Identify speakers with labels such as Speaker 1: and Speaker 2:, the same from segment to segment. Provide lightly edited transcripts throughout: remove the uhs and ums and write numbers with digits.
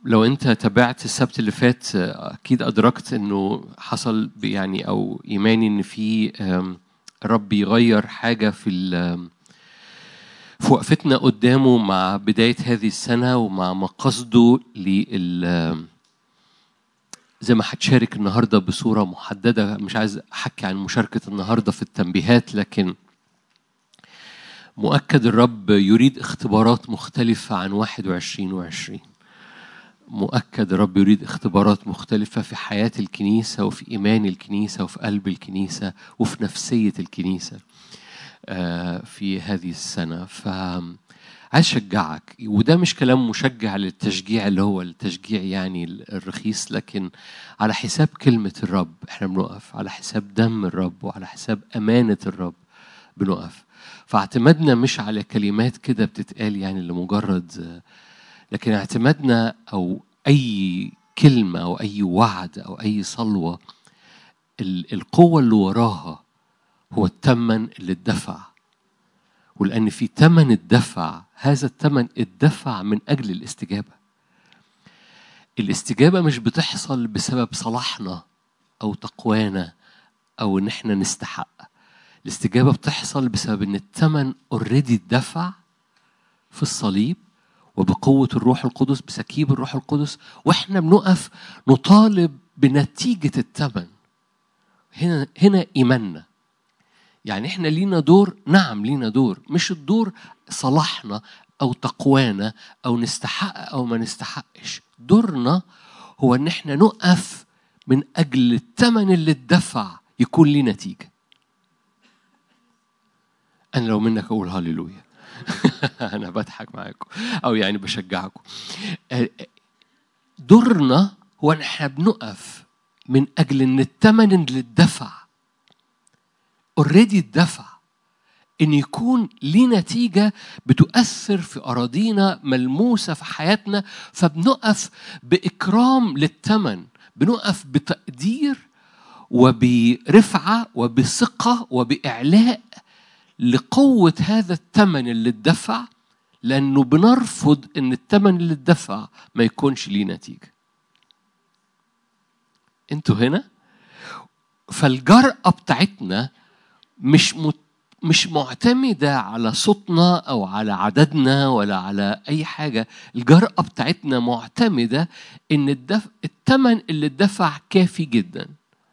Speaker 1: لو أنت تابعت السبت اللي فات أكيد أدركت إنه حصل يعني أو إيماني إن في رب يغير حاجة في وقفتنا قدامه مع بداية هذه السنة ومع مقصده زي ما هتشارك النهاردة بصورة محددة. مش عايز أحكي عن مشاركة النهاردة في التنبيهات، لكن مؤكد الرب يريد اختبارات مختلفة عن 21 و20. مؤكد الرب يريد اختبارات مختلفة في حياة الكنيسة وفي إيمان الكنيسة وفي قلب الكنيسة وفي نفسية الكنيسة في هذه السنة. فعايز أشجعك، وده مش كلام مشجع للتشجيع اللي هو التشجيع يعني الرخيص، لكن على حساب كلمة الرب احنا بنقف، على حساب دم الرب وعلى حساب أمانة الرب بنقف. فاعتمدنا مش على كلمات كده بتتقال يعني لمجرد، لكن اعتمدنا أو أي كلمة أو أي وعد أو أي صلوة القوة اللي وراها هو الثمن اللي اتدفع. ولأن في ثمن الدفع، هذا الثمن اتدفع من أجل الاستجابة. الاستجابة مش بتحصل بسبب صلاحنا أو تقوانا أو إن احنا نستحق. الاستجابة بتحصل بسبب إن الثمن اوريدي اتدفع في الصليب وبقوة الروح القدس، بسكيب الروح القدس، وإحنا بنقف نطالب بنتيجة الثمن. هنا إيماننا. يعني إحنا لينا دور، نعم لينا دور، مش الدور صلاحنا أو تقوانا أو نستحق أو ما نستحقش. دورنا هو إن إحنا نقف من أجل الثمن اللي اتدفع يكون ليه نتيجة. أنا لو منك أقول هاليلويا. أنا بضحك معاكم أو يعني بشجعكم. دورنا هو أن احنا بنقف من أجل أن الثمن اللي اتدفع اوريدي اتدفع، أن يكون ليه نتيجة بتؤثر في أراضينا، ملموسة في حياتنا. فبنقف بإكرام للثمن، بنقف بتقدير وبرفعة وبثقة وبإعلاء لقوة هذا الثمن اللي اتدفع، لأنه بنرفض أن الثمن اللي اتدفع ما يكونش ليه نتيجة. أنتوا هنا؟ فالجرأة بتاعتنا مش معتمدة على صوتنا أو على عددنا ولا على أي حاجة. الجرأة بتاعتنا معتمدة أن الثمن اللي اتدفع كافي جدا،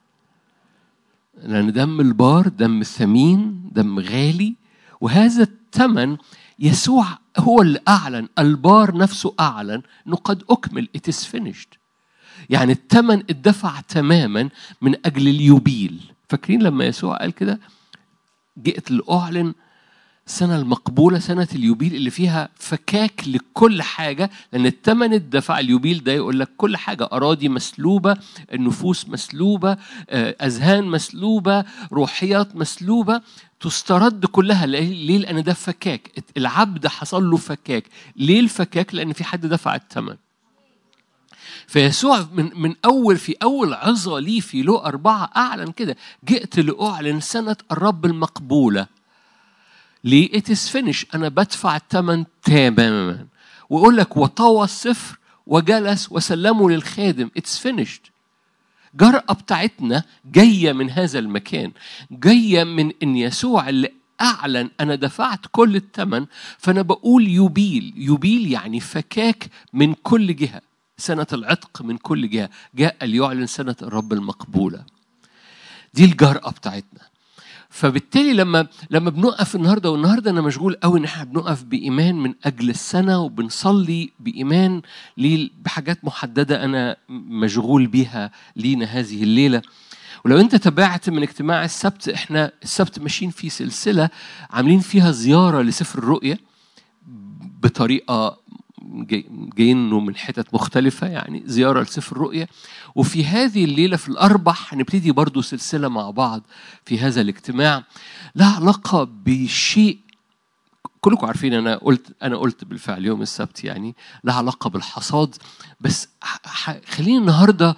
Speaker 1: لأن دم البار دم ثمين، دم غالي، وهذا الثمن يسوع هو اللي أعلن. البار نفسه أعلن أنه قد أكمل، it is finished. يعني الثمن اتدفع تماما من أجل اليوبيل. فاكرين لما يسوع قال كده؟ جئت لأعلن سنة المقبولة، سنة اليوبيل اللي فيها فكاك لكل حاجة، لأن الثمن اتدفع. اليوبيل ده يقول لك كل حاجة، أراضي مسلوبة، النفوس مسلوبة، أذهان مسلوبة، روحيات مسلوبة، تسترد كلها. ليه؟ لأن ده فكاك. العبد حصل له فكاك. ليه الفكاك؟ لأن في حد دفع الثمن. فيسوع من في أول عظة ليه في لوقا 4 أعلن كده: جئت لأعلن سنة الرب المقبولة. ليه؟ it is finished. أنا بدفع الثمن تماما. ويقول لك وطوى السفر وجلس وسلمه للخادم. it's finished. جرأة بتاعتنا جاية من هذا المكان، جاية من إن يسوع اللي أعلن أنا دفعت كل الثمن. فأنا بقول يوبيل يعني فكاك من كل جهة، سنة العتق من كل جهة. جاء ليعلن سنة الرب المقبولة. دي الجرأة بتاعتنا. فبالتالي لما بنقف النهارده، والنهارده انا مشغول قوي ان احنا بنقف بايمان من اجل السنه، وبنصلي بايمان بحاجات محدده انا مشغول بيها لينا هذه الليله. ولو انت تابعت من اجتماع السبت، احنا السبت ماشيين في سلسله عاملين فيها زياره لسفر الرؤيا بطريقه جايينه من حتت مختلفة، يعني زيارة لسفر الرؤيا. وفي هذه الليلة في الأربع هنبتدي برضو سلسلة مع بعض في هذا الاجتماع لها علاقة بشيء كلكم عارفين. أنا قلت بالفعل يوم السبت يعني لها علاقة بالحصاد. بس خليني النهاردة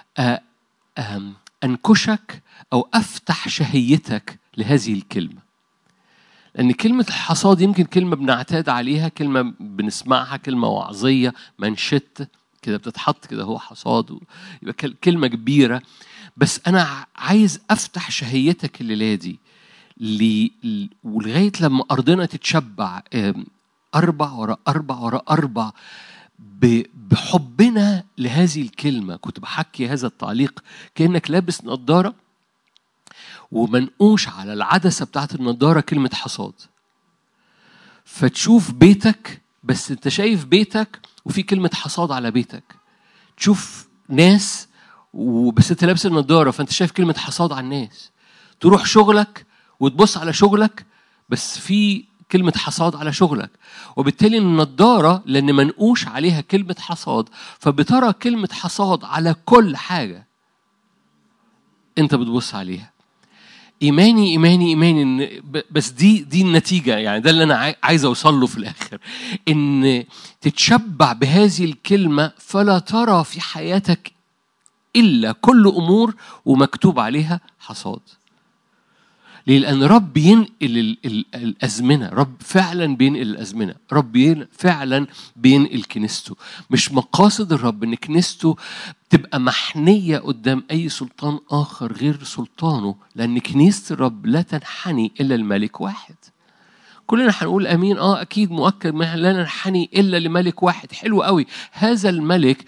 Speaker 1: أنكشك أو أفتح شهيتك لهذه الكلمة. لأن كلمة الحصاد يمكن كلمة بنعتاد عليها، كلمة بنسمعها، كلمة وعظية، منشط، كده بتتحط كده، هو حصاد، يبقى كلمة كبيرة. بس أنا عايز أفتح شهيتك الليلة دي ولغاية لما أرضنا تتشبع 4 ورا 4 ورا 4 بحبنا لهذه الكلمة. كنت بحكي هذا التعليق كأنك لابس نظارة ومنقوش على العدسة بتاعت النظارة كلمة حصاد، فتشوف بيتك بس انت شايف بيتك وفي كلمة حصاد على بيتك. تشوف ناس وبس انت لابس النظارة فانت شايف كلمة حصاد على الناس. تروح شغلك وتبص على شغلك بس في كلمة حصاد على شغلك، وبالتالي النظارة لأن منقوش عليها كلمة حصاد فبترى كلمة حصاد على كل حاجة انت بتبص عليها. إيماني إن بس دي النتيجة، يعني ده اللي أنا عايز أوصل له في الآخر، إن تتشبع بهذه الكلمة فلا ترى في حياتك إلا كل أمور ومكتوب عليها حصاد. لأن رب ينقل الأزمنة، رب فعلا بينقل الأزمنة، رب فعلا بينقل كنيسته. مش مقاصد الرب إن كنيسته تبقى محنية قدام أي سلطان آخر غير سلطانه، لأن كنيسة الرب لا تنحني إلا الملك واحد. كلنا هنقول أمين. أكيد مؤكد ما لا ننحني إلا لملك واحد. حلو قوي. هذا الملك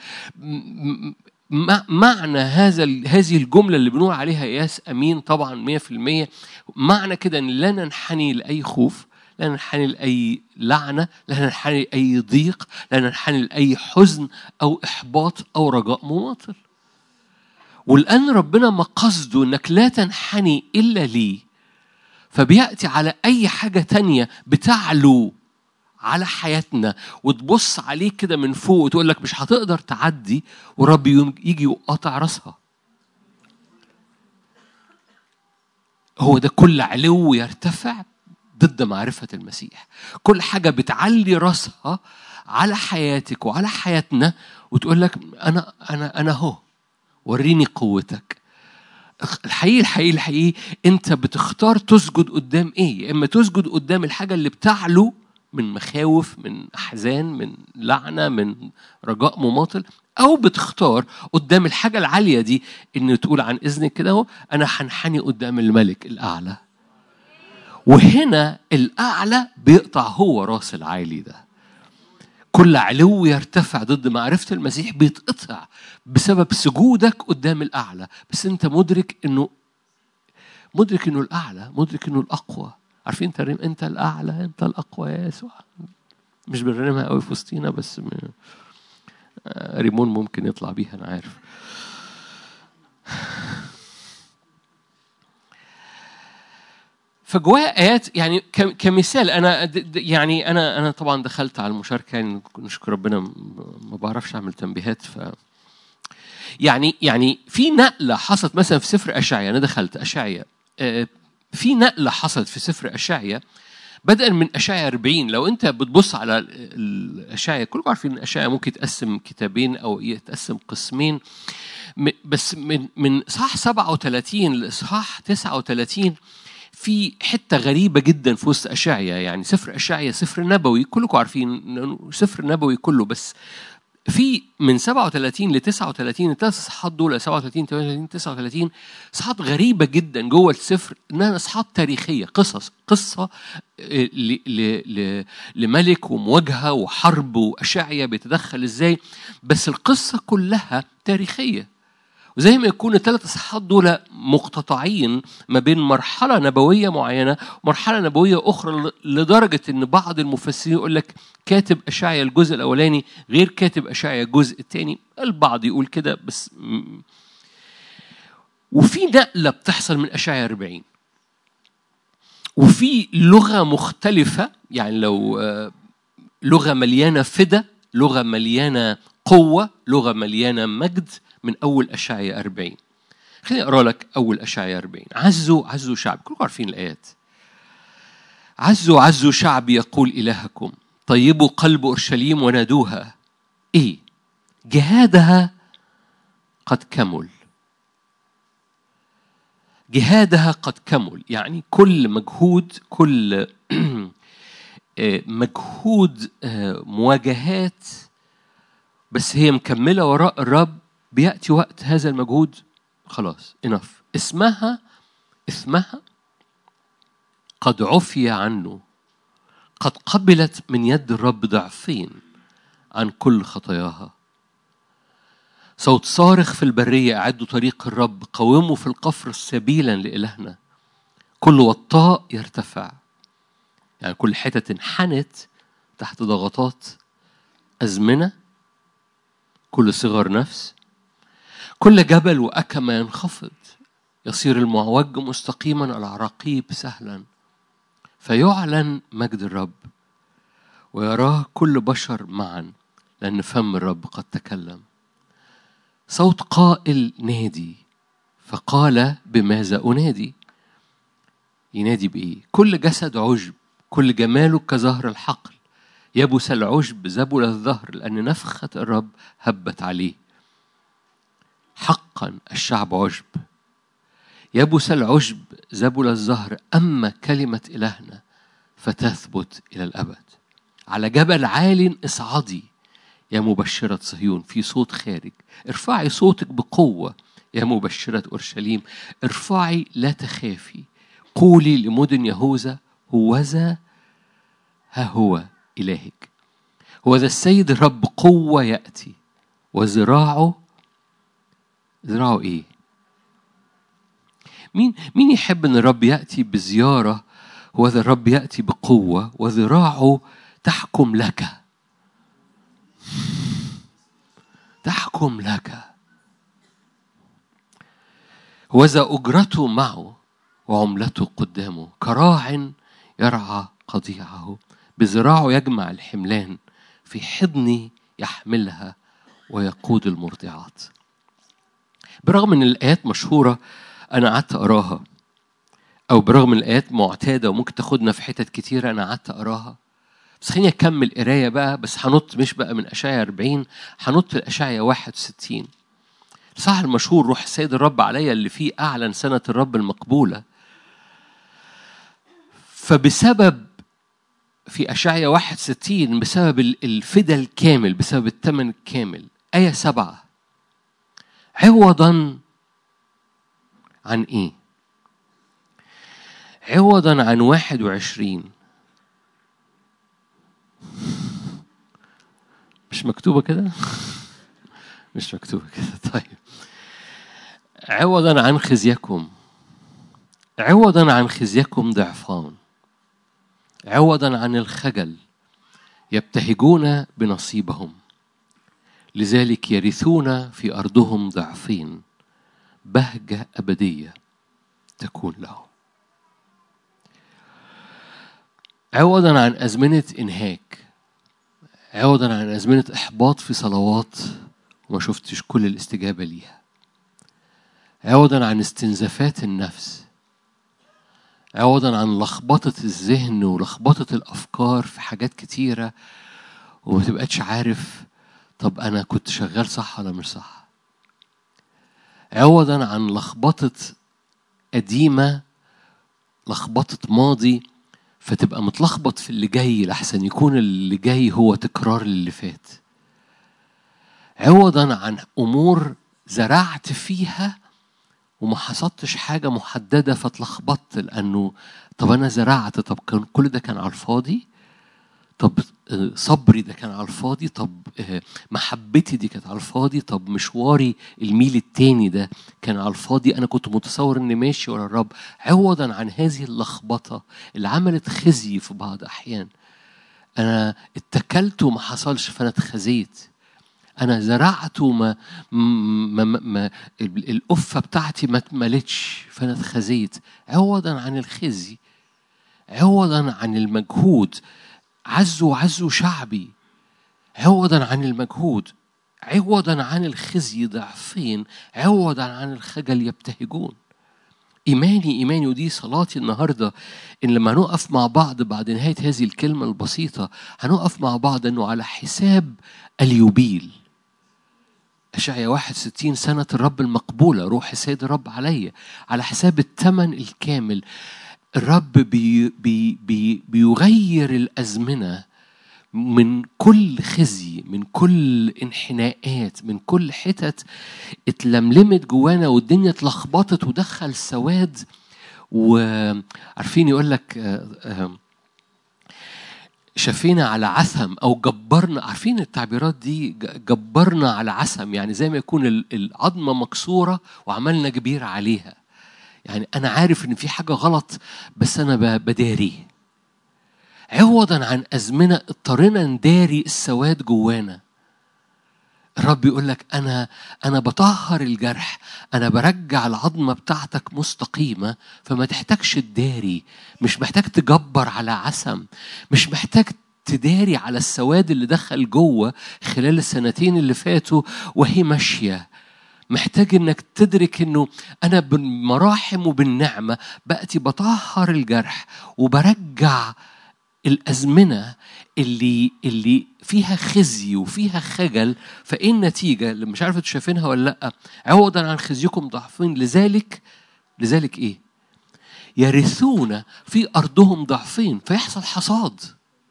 Speaker 1: معنى هذه الجملة اللي بنقول عليها ياس أمين طبعا 100%. معنى كده أن لا ننحني لأي خوف، لا ننحني لأي لعنة، لا ننحني لأي ضيق، لا ننحني لأي حزن أو إحباط أو رجاء مماطل. ولأن ربنا ما قصده أنك لا تنحني إلا ليه، فبيأتي على أي حاجة تانية بتعلو على حياتنا وتبص عليك كده من فوق وتقول لك مش هتقدر تعدي، ورب يجي وقاطع راسها. هو ده كل علو يرتفع ضد معرفة المسيح. كل حاجة بتعلي راسها على حياتك وعلى حياتنا وتقول لك أنا هو وريني قوتك. الحقيقي أنت بتختار تسجد قدام إيه؟ إما تسجد قدام الحاجة اللي بتعلو من مخاوف، من أحزان، من لعنة، من رجاء مماطل، أو بتختار قدام الحاجة العالية دي إن تقول عن إذنك كده أنا هنحني قدام الملك الأعلى. وهنا الأعلى بيقطع هو راس العالي ده. كل علو يرتفع ضد معرفة المسيح بيتقطع بسبب سجودك قدام الأعلى. بس أنت مدرك إنه الأعلى، مدرك إنه الأقوى. عارفين ترنيم أنت الأعلى أنت الأقوى يا يسوع؟ مش بنرنمها قوي في وسطينا بس ريمون ممكن يطلع بيها أنا عارف. فجواء آيات يعني كمثال. أنا طبعا دخلت على المشاركة، يعني نشكر ربنا ما بعرفش أعمل تنبيهات. يعني في نقلة حصلت مثلا في سفر أشعيا. أنا دخلت أشعيا، في نقلة حصلت في سفر أشعيا بدءا من أشعيا 40. لو أنت بتبص على الأشعيا، كلكم عارفين إن أشعيا ممكن يتقسم كتابين أو يتقسم قسمين، بس من إصحاح 37 لإصحاح 39 في حتة غريبة جدا في وسط أشعيا. يعني سفر أشعيا سفر نبوي، كلكم عارفين سفر نبوي كله، بس في من 37 ل 39 الثلاث اصحاحات دول 37 38 39 اصحاحات غريبه جدا جوه السفر، انها اصحاحات تاريخيه، قصه لملك ومواجهه وحرب واشعيا بيتدخل ازاي، بس القصه كلها تاريخيه. وزي ما يكون الثلاث اصحاحات دول مقتطعين ما بين مرحله نبويه معينه ومرحله نبويه اخرى، لدرجه ان بعض المفسرين يقول لك كاتب اشعيا الجزء الاولاني غير كاتب اشعيا الجزء الثاني. البعض يقول كده بس. وفي نقله بتحصل من اشعيا 40، وفي لغه مختلفه. يعني لو لغه مليانه فدا، لغه مليانه قوه، لغه مليانه مجد من أول أشعيا 40. خليني أقرأ لك أول أشعيا 40. عزوا شعب، كلكم عارفين الآيات. عزوا شعب يقول إلهكم، طيبوا قلب أورشليم ونادوها. إيه؟ جهادها قد كمل. جهادها قد كمل يعني كل مجهود، كل مجهود مواجهات بس هي مكملة وراء الرب، بيأتي وقت هذا المجهود خلاص enough. اسمها قد عفي عنه، قد قبلت من يد الرب ضعفين عن كل خطاياها. صوت صارخ في البرية، أعدوا طريق الرب، قوموا في القفر سبيلا لإلهنا. كل وطاء يرتفع، يعني كل حتة انحنت تحت ضغطات أزمنة، كل صغر نفس، كل جبل وأكمة ينخفض، يصير المعوج مستقيما، العراقيب سهلا. فيعلن مجد الرب ويراه كل بشر معا، لأن فم الرب قد تكلم. صوت قائل نادي، فقال بماذا أنادي؟ ينادي بإيه؟ كل جسد عجب، كل جماله كزهر الحقل، يبس العجب زبل الظهر، لأن نفخة الرب هبت عليه. حقا الشعب عجب، يبس العجب زبل الظهر، أما كلمة إلهنا فتثبت إلى الأبد. على جبل عال اصعدي يا مبشرة صهيون، في صوت خارج، ارفعي صوتك بقوة يا مبشرة أورشليم، ارفعي لا تخافي، قولي لمدن يهوذا هوذا ها هو إلهك، هوذا السيد الرب قوة يأتي، وذراعه إيه؟ مين يحب أن الرب يأتي بزيارة؟ هوذا الرب يأتي بقوة وذراعه تحكم لك، تحكم لك. هوذا أجرته معه وعملته قدامه، كراع يرعى قضيعه، بذراعه يجمع الحملان، في حضني يحملها ويقود المرضعات. برغم أن الآيات مشهورة أنا قعدت أراها، أو برغم الآيات معتادة وممكن تاخدنا في حتت كتيرة أنا قعدت أراها، بس خليني أكمل قراية بقى. بس هنط مش بقى من أشعياء 40، هنط لأشعياء 61. صح المشهور روح السيد الرب عليا، اللي فيه أعلن سنة الرب المقبولة. فبسبب في أشعياء 61 بسبب الفدى الكامل، بسبب الثمن الكامل، آية 7 عوضا عن إيه؟ عوضا عن 21. مش مكتوبة كده؟ مش مكتوبة كده. طيب، عوضا عن خزيكم، عوضا عن خزيكم ضعفان، عوضا عن الخجل يبتهجون بنصيبهم، لذلك يرثون في أرضهم ضعفين، بهجة أبدية تكون لهم. عوضا عن أزمنة إنهاك، عوضا عن أزمنة إحباط في صلوات وما شفتش كل الاستجابة ليها، عوضا عن استنزافات النفس، عوضا عن لخبطة الذهن ولخبطة الأفكار في حاجات كتيرة وما تبقاش عارف طب أنا كنت شغال صح ولا مش صح، عوضا عن لخبطة قديمة، لخبطة ماضي، فتبقى متلخبط في اللي جاي لحسن يكون اللي جاي هو تكرار اللي فات، عوضا عن أمور زرعت فيها وما حصدتش حاجة محددة فتلخبطت، لأنه طب أنا زرعت، طب كان كل ده كان على الفاضي، طب صبري ده كان على الفاضي، طب محبتي دي كانت على الفاضي، طب مشواري الميل التاني ده كان على الفاضي، أنا كنت متصور إني ماشي ورا الرب. عوضا عن هذه اللخبطة اللي عملت خزي في بعض أحيان، أنا اتكلت وما حصلش فأنا اتخزيت، أنا زرعت وما القفة بتاعتي ما اتملتش فأنا اتخزيت. عوضا عن الخزي، عوضا عن المجهود، عزوا شعبي، عوضا عن المجهود، عوضا عن الخزي ضعفين، عوضا عن الخجل يبتهجون. إيماني ودي صلاتي النهاردة، إن لما نقف مع بعض بعد نهاية هذه الكلمة البسيطة هنقف مع بعض أنه على حساب اليوبيل. أشعياء 61 سنة الرب المقبولة، روح السيد الرب عليا، على حساب الثمن الكامل. الرب بيغير الأزمنة من كل خزي، من كل انحناءات، من كل حتت اتلملمت جوانا والدنيا اتلخبطت ودخل سواد. وعارفين يقول لك شفينا على عثم أو جبرنا، عارفين التعبيرات دي؟ جبرنا على عثم، يعني زي ما يكون العظمة مكسورة وعملنا جبير عليها. يعني أنا عارف إن في حاجة غلط بس أنا بداري. عوضا عن أزمنة اضطرينا نداري السواد جوانا. الرب يقول لك أنا بطهر الجرح، أنا برجع العظمة بتاعتك مستقيمة، فما تحتاجش تداري، مش محتاج تجبر على عسم، مش محتاج تداري على السواد اللي دخل جوه خلال السنتين اللي فاتوا وهي ماشية. محتاج انك تدرك انه انا بالمراحم وبالنعمة بقتي بطهر الجرح وبرجع الأزمنة اللي فيها خزي وفيها خجل. فإيه النتيجة اللي مش عارفة تشافينها ولا لأ؟ عوضا عن خزيكم ضعفين، لذلك إيه؟ يرثون في أرضهم ضعفين فيحصل حصاد.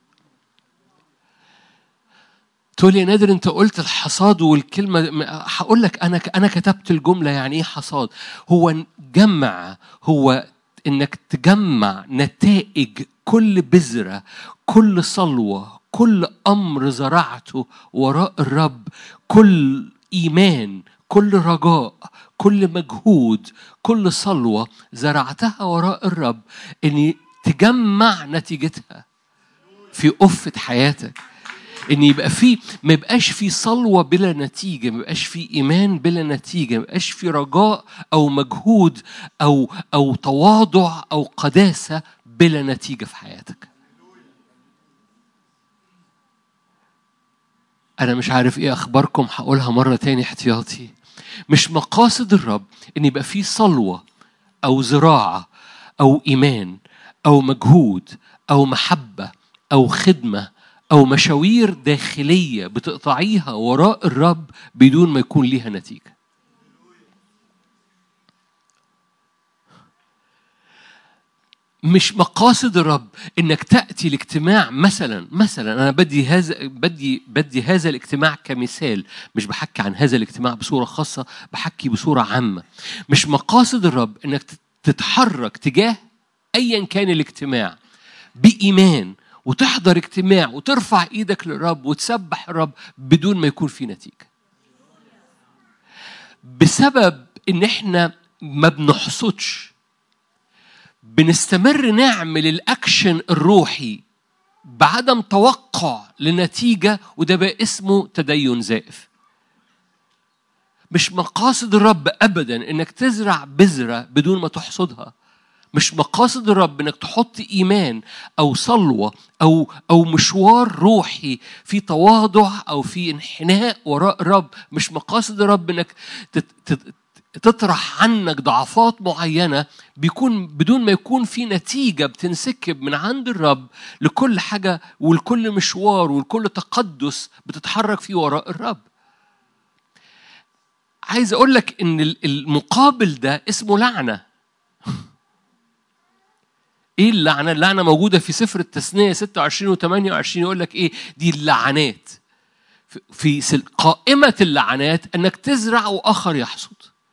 Speaker 1: تقول لي نادر أنت قلت الحصاد والكلمة، هقول لك أنا كتبت الجملة. يعني إيه حصاد؟ هو جمع، هو إنك تجمع نتائج كل بذرة، كل صلوة، كل أمر زرعته وراء الرب، كل إيمان، كل رجاء، كل مجهود، كل صلوة زرعتها وراء الرب، إني تجمع نتيجتها في قفة حياتك. إن ما يبقاش في صلوة بلا نتيجة، ما يبقاش في إيمان بلا نتيجة، ما يبقاش في رجاء أو مجهود أو تواضع أو قداسة بلا نتيجة في حياتك. أنا مش عارف إيه أخباركم، هقولها مرة تاني احتياطي. مش مقاصد الرب إن يبقى في صلوة أو زراعة أو إيمان أو مجهود أو محبة أو خدمة أو مشاوير داخلية بتقطعيها وراء الرب بدون ما يكون ليها نتيجة. مش مقاصد الرب إنك تأتي الاجتماع مثلا أنا بدي هذا الاجتماع كمثال، مش بحكي عن هذا الاجتماع بصورة خاصة، بحكي بصورة عامة. مش مقاصد الرب إنك تتحرك تجاه أيا كان الاجتماع بإيمان وتحضر اجتماع وترفع ايدك للرب وتسبح الرب بدون ما يكون في نتيجة، بسبب ان احنا ما بنحصدش. بنستمر نعمل الاكشن الروحي بعدم توقع لنتيجة، وده بقى اسمه تدين زائف. مش مقاصد الرب ابدا انك تزرع بذرة بدون ما تحصدها. مش مقاصد الرب انك تحط ايمان او صلوه او مشوار روحي في تواضع او في انحناء وراء الرب. مش مقاصد الرب انك تطرح عنك ضعفات معينه بيكون بدون ما يكون في نتيجه بتنسكب من عند الرب لكل حاجه ولكل مشوار ولكل تقدس بتتحرك فيه وراء الرب. عايز اقول لك ان المقابل ده اسمه لعنه. ايه اللعنه؟ اللعنه موجوده في سفر التثنيه 26 و28. يقول لك ايه دي اللعنات في قائمه اللعنات؟ انك تزرع واخر يحصد.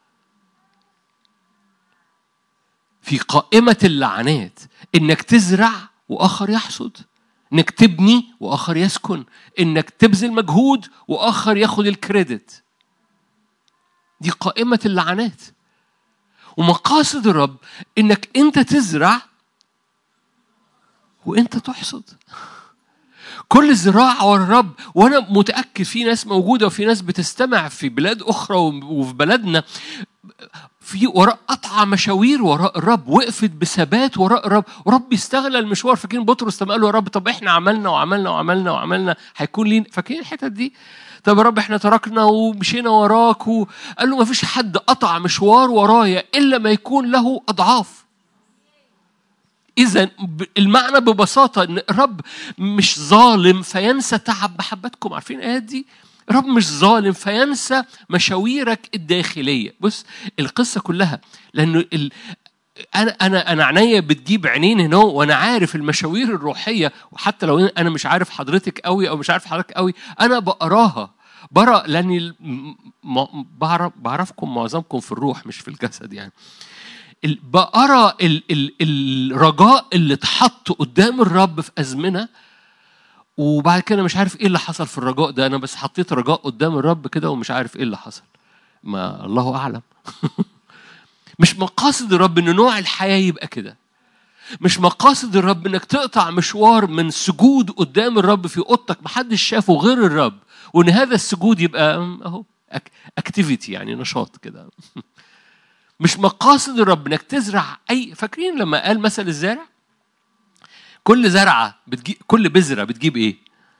Speaker 1: في قائمه اللعنات انك تزرع واخر يحصد، انك تبني واخر يسكن، انك تبذل مجهود واخر ياخد الكريدت. دي قائمه اللعنات. ومقاصد الرب انك انت تزرع وانت تحصد. كل زراعة والرب. وانا متأكد في ناس موجودة وفي ناس بتستمع في بلاد اخرى وفي بلدنا في وراء قطع مشاوير وراء الرب، وقفت بثبات وراء الرب، ورب يستغل المشوار. فاكرين بطرس لما قال له يا رب طب احنا عملنا وعملنا وعملنا وعملنا هيكون لينا؟ فاكرين الحتة دي؟ طب يا رب احنا تركنا ومشينا وراك قال له ما فيش حد قطع مشوار ورايا إلا ما يكون له أضعاف. إذن المعنى ببساطة إن الرب مش ظالم فينسى تعب محبتكم. عارفين الآيات دي؟ الرب مش ظالم فينسى مشاويرك الداخلية. بص القصة كلها، لأنه انا عينيا بتجيب عينين هنا، وانا عارف المشاوير الروحيه، وحتى لو انا مش عارف حضرتك قوي او مش عارف حضرتك قوي، انا بقراها، لاني بعرفكم معظمكم في الروح مش في الجسد يعني. بقرا الرجاء اللي اتحط قدام الرب في ازمنه، وبعد كده مش عارف ايه اللي حصل في الرجاء ده. انا بس حطيت رجاء قدام الرب كده ومش عارف ايه اللي حصل، ما الله اعلم. مش مقاصد الرب ان نوع الحياه يبقى كده. مش مقاصد الرب انك تقطع مشوار من سجود قدام الرب في اوضتك محدش شافه غير الرب، وان هذا السجود يبقى اهو اكتيفيتي، يعني نشاط كده. مش مقاصد الرب انك تزرع فاكرين لما قال مثل الزارع؟ كل زرعه بتجيب، كل بذره بتجيب ايه؟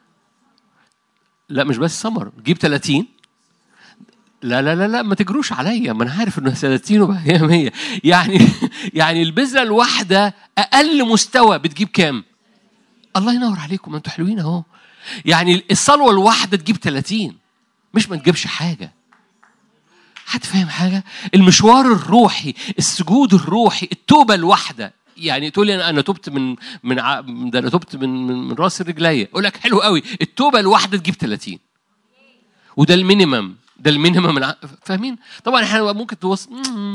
Speaker 1: لا مش بس ثمر، بتجيب 30. لا لا لا لا، ما تجروش عليا، ما انا عارف انه 30 وبقى هي 100 يعني. يعني البذره الواحده اقل مستوى بتجيب كام؟ الله ينور عليكم، ما انتوا حلوين اهو. يعني الصلوه الواحده تجيب 30، مش ما تجيبش حاجه. حد فاهم حاجه؟ المشوار الروحي، السجود الروحي، التوبه الواحده. يعني تقول لي انا تبت ده انا تبت من راس رجليا، اقول لك حلو قوي، التوبه الواحده تجيب 30، وده المينيمم، ده المينيمم. فاهمين؟ طبعا احنا ممكن توصل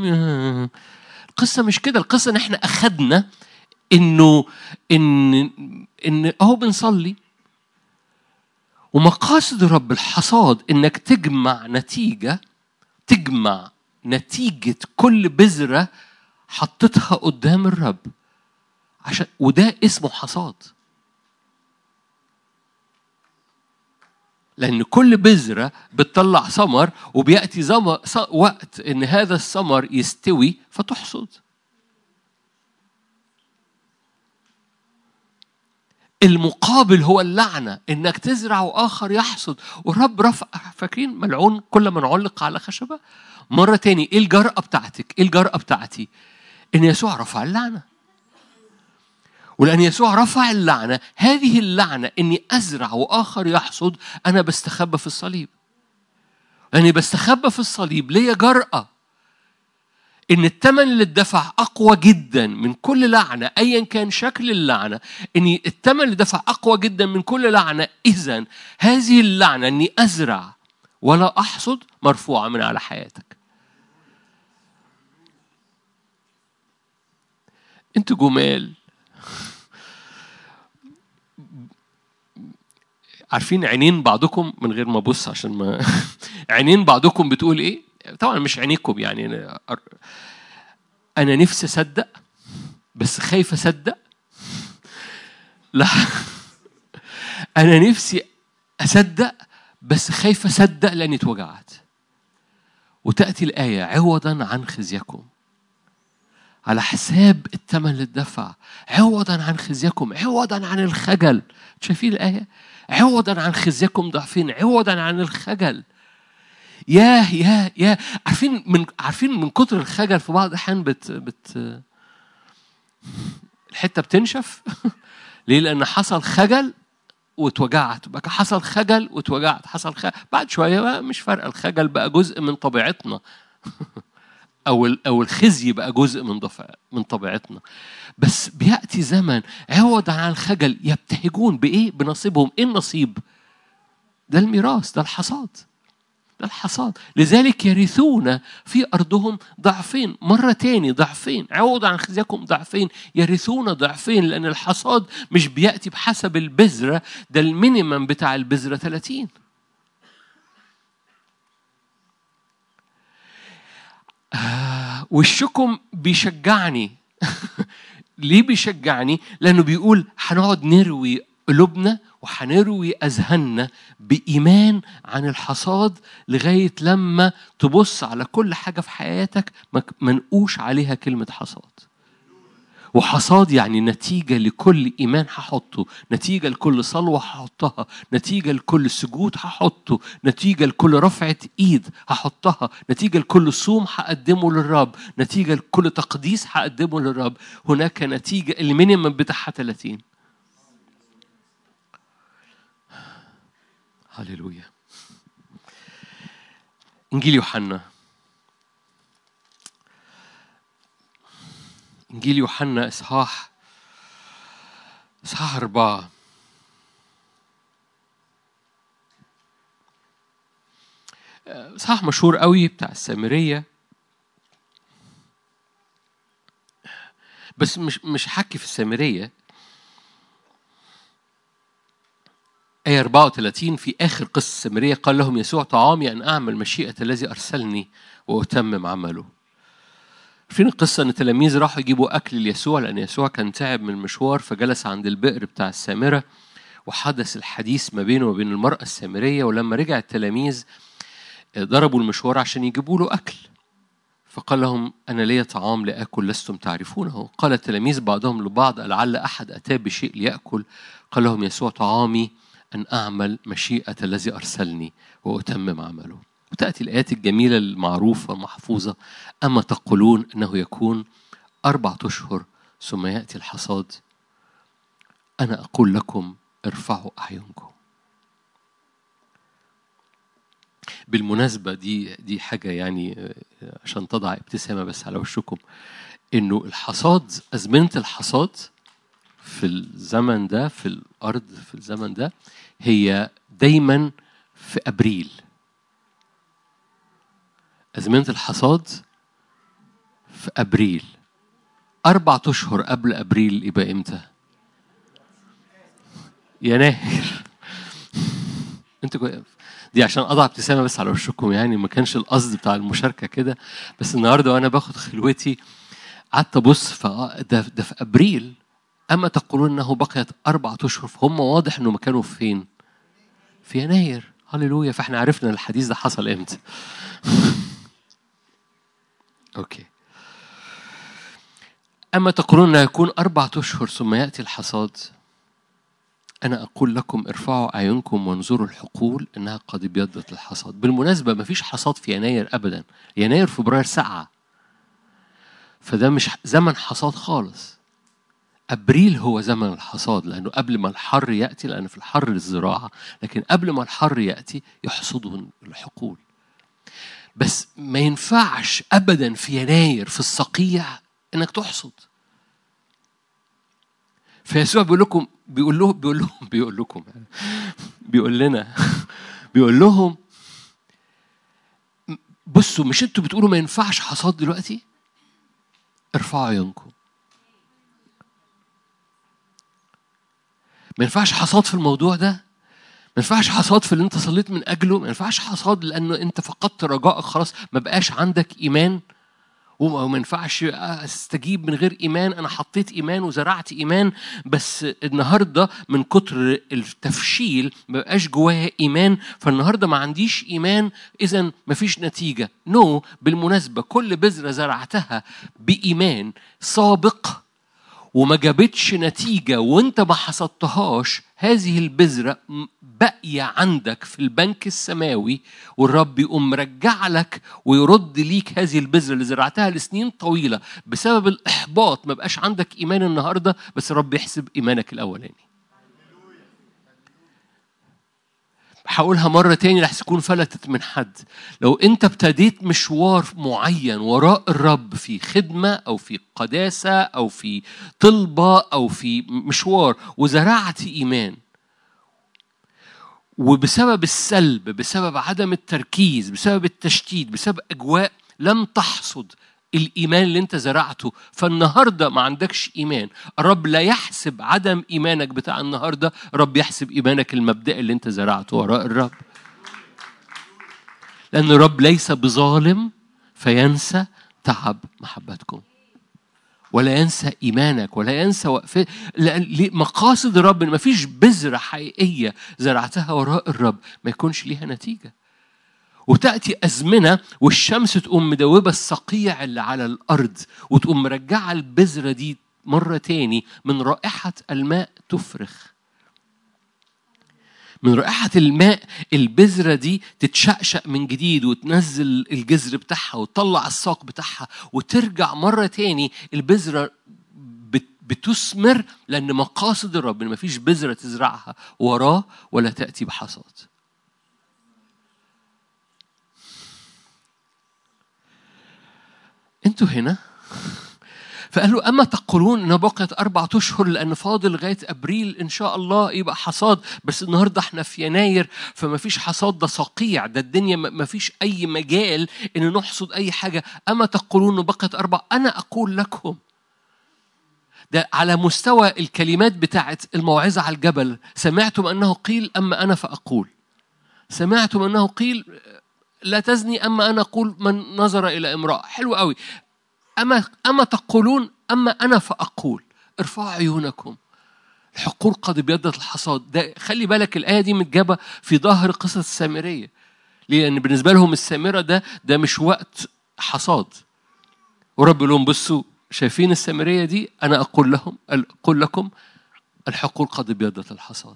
Speaker 1: القصه مش كده. القصه ان احنا اخذنا انه ان اهو بنصلي، ومقاصد الرب الحصاد انك تجمع نتيجة كل بذرة حطتها قدام الرب، عشان وده اسمه حصاد. لأن كل بذرة بتطلع ثمر، وبيأتي وقت إن هذا الثمر يستوي فتحصد. المقابل هو اللعنة، إنك تزرع وآخر يحصد. والرب رفع، فاكرين ملعون كل من علق على خشبة؟ مرة تاني، إيه الجرأة بتاعتك؟ إيه الجرأة بتاعتي؟ إن يسوع رفع اللعنة. ولأن يسوع رفع اللعنة، هذه اللعنة إني أزرع وآخر يحصد، أنا بستخبى في الصليب. لأني بستخبى في الصليب ليا جرأة إن الثمن اللي اتدفع أقوى جدا من كل لعنة، أيا كان شكل اللعنة. إن الثمن اللي دفع أقوى جدا من كل لعنة. إذن هذه اللعنة إني أزرع ولا أحصد مرفوعة من على حياتك. أنتوا جمال. عارفين عينين بعضكم، من غير ما أبص عشان ما عينين بعضكم بتقول إيه؟ طبعا مش عينيكم يعني. أنا نفسي أصدق بس خايف أصدق. لا، أنا نفسي أصدق بس خايف أصدق لأني اتوجعت. وتأتي الآية عوضا عن خزيكم، على حساب الثمن اللي اتدفع، عوضا عن خزيكم، عوضا عن الخجل. شايفين الآية؟ عوضا عن خزيكم ضعفين، عوضا عن الخجل. ياه عارفين من كتر الخجل في بعض الأحيان الحتة بتنشف. ليه؟ لأن حصل خجل واتوجعت، بقى حصل خجل واتوجعت، حصل خجل. بعد شوية بقى مش فارقة، الخجل بقى جزء من طبيعتنا. أو الخزي بقى جزء من طبيعتنا. بس بيأتي زمن عوض عن الخجل يبتهجون بإيه؟ بنصيبهم. إيه النصيب؟ ده الميراث، ده الحصاد، ده الحصاد. لذلك يرثون في أرضهم ضعفين. مرة تاني ضعفين، عوض عن خزيكم ضعفين، يرثون ضعفين. لأن الحصاد مش بيأتي بحسب البذرة، ده المينيمم بتاع البذرة 30. وشكم بيشجعني. ليه بيشجعني؟ لأنه بيقول هنقعد نروي قلوبنا وهنروي أذهاننا بإيمان عن الحصاد، لغاية لما تبص على كل حاجة في حياتك منقوش عليها كلمة حصاد. وحصاد يعني نتيجة لكل إيمان هحطه، نتيجة لكل صلوة هحطها، نتيجة لكل سجود هحطه، نتيجة لكل رفعة إيد هحطها، نتيجة لكل صوم هقدمه للرب، نتيجة لكل تقديس هقدمه للرب. هناك نتيجة المينيمم بتاعها 30. هللويا. إنجيل يوحنا إنجيل يوحنا إصحاح 4. إصحاح مشهور قوي بتاع السامرية، بس مش حكي في السامرية. آية 34 في آخر قصة السامرية، قال لهم يسوع طعامي أن أعمل مشيئة الذي أرسلني وأتمم عمله. فين القصة؟ أن التلاميذ راحوا يجيبوا أكل ليسوع، لأن يسوع كان تعب من المشوار، فجلس عند البئر بتاع السامرة وحدث الحديث ما بينه وبين المرأة السامرية. ولما رجع التلاميذ ضربوا المشوار عشان يجيبوا له أكل، فقال لهم أنا لي طعام لأكل لستم تعرفونه. قال التلاميذ بعضهم لبعض لعل أحد أتى بشيء ليأكل. قال لهم يسوع طعامي أن أعمل مشيئة الذي أرسلني وأتمم عمله. وتأتي الآيات الجميلة المعروفة المحفوظة: أما تقولون أنه يكون 4 أشهر ثم يأتي الحصاد؟ أنا أقول لكم ارفعوا أعينكم. بالمناسبة دي حاجة يعني عشان تضع ابتسامة بس على وشكم، إنه الحصاد، أزمنة الحصاد في الزمن ده، في الأرض في الزمن ده، هي دايما في أبريل. أزمنة الحصاد في أبريل. 4 أشهر قبل أبريل يبقى إمتى؟ يناير. انتوا دي عشان أضع ابتسامة بس على وشكم، يعني ما كانش القصد بتاع المشاركة كده، بس النهاردة وأنا باخد خلوتي قعدت أبص، ده في أبريل. أما تقولون أنه بقيت 4 أشهر، فهم واضح أنه كانوا فين؟ في يناير. هللويا. فإحنا عرفنا الحديث ده حصل إمتى. أوكي. أما تقولون أنه يكون 4 أشهر ثم يأتي الحصاد؟ أنا أقول لكم ارفعوا أعينكم وانظروا الحقول إنها قد ابيضت الحصاد. بالمناسبة ما فيش حصاد في يناير أبدا. يناير فبراير ساقعة، فده مش زمن حصاد خالص. أبريل هو زمن الحصاد، لأنه قبل ما الحر يأتي، لأن في الحر الزراعة، لكن قبل ما الحر يأتي يحصدوا الحقول. بس ما ينفعش أبدا في يناير في الصقيع إنك تحصد. فيسوع بيقول لنا بيقول لهم بصوا، مش انتوا بتقولوا ما ينفعش حصاد دلوقتي؟ ارفعوا عيونكم. ما ينفعش حصاد في الموضوع ده، ما ينفعش حصاد في اللي انت صليت من اجله، ما ينفعش حصاد لانه انت فقدت رجائك، خلاص ما بقاش عندك ايمان. وما ينفعش استجيب من غير ايمان. انا حطيت ايمان وزرعت ايمان، بس النهارده من كتر التفشيل ما بقاش جوايا ايمان، فالنهارده ما عنديش ايمان، اذا ما فيش نتيجه. بالمناسبه كل بذره زرعتها بايمان سابق وما جابتش نتيجة وانت ما حصدتهاش، هذه البذرة باقية عندك في البنك السماوي، والرب يقوم مرجع لك ويرد ليك هذه البذرة اللي زرعتها لسنين طويلة بسبب الإحباط. ما بقاش عندك إيمان النهاردة، بس الرب يحسب إيمانك الأولاني. هقولها مرة تاني لحسن تكون فلتت من حد. لو أنت ابتديت مشوار معين وراء الرب في خدمة أو في قداسة أو في طلبة أو في مشوار وزرعت إيمان، وبسبب السلب، بسبب عدم التركيز، بسبب التشتيت، بسبب أجواء لم تحصد الإيمان اللي أنت زرعته، فالنهاردة ما عندكش إيمان. الرب لا يحسب عدم إيمانك بتاع النهاردة، الرب يحسب إيمانك المبدئي اللي أنت زرعته وراء الرب. لأن الرب ليس بظالم فينسى تعب محبتكم، ولا ينسى إيمانك، ولا ينسى مقاصد الرب. ما فيش بذرة حقيقية زرعتها وراء الرب ما يكونش ليها نتيجة. وتأتي أزمنة والشمس تقوم مدوبة الصقيع اللي على الأرض، وتقوم مرجعة البذرة دي مرة تاني من رائحة الماء تفرخ. من رائحة الماء البذرة دي تتشقشق من جديد وتنزل الجذر بتاعها وتطلع الساق بتاعها وترجع مرة تاني البذرة بتثمر، لأن مقاصد الرب إن مفيش بذرة تزرعها وراه ولا تأتي بحصاد. أنتوا هنا فقال له أما تقولون إنه بقيت 4 أشهر لأن فاضل لغاية أبريل إن شاء الله يبقى حصاد، بس النهاردة إحنا في يناير فما فيش حصاد، ده صقيع، ده الدنيا ما فيش أي مجال إن نحصد أي حاجة. أما تقولون إنه بقيت 4، أنا أقول لكم. ده على مستوى الكلمات بتاعت الموعظة على الجبل. سمعتم أنه قيل أما أنا فأقول. سمعتم أنه قيل لا تزني، أما أنا أقول من نظر إلى امرأة. حلو قوي. أما تقولون أما أنا فأقول. ارفعوا عيونكم، الحقول قد ابيضت الحصاد. ده خلي بالك الآية دي متجابة في ظهر قصة السامرية. لأن بالنسبة لهم السامرة ده مش وقت حصاد. ورب لهم بصوا، شايفين السامرية دي؟ أنا أقول لكم الحقول قد ابيضت الحصاد.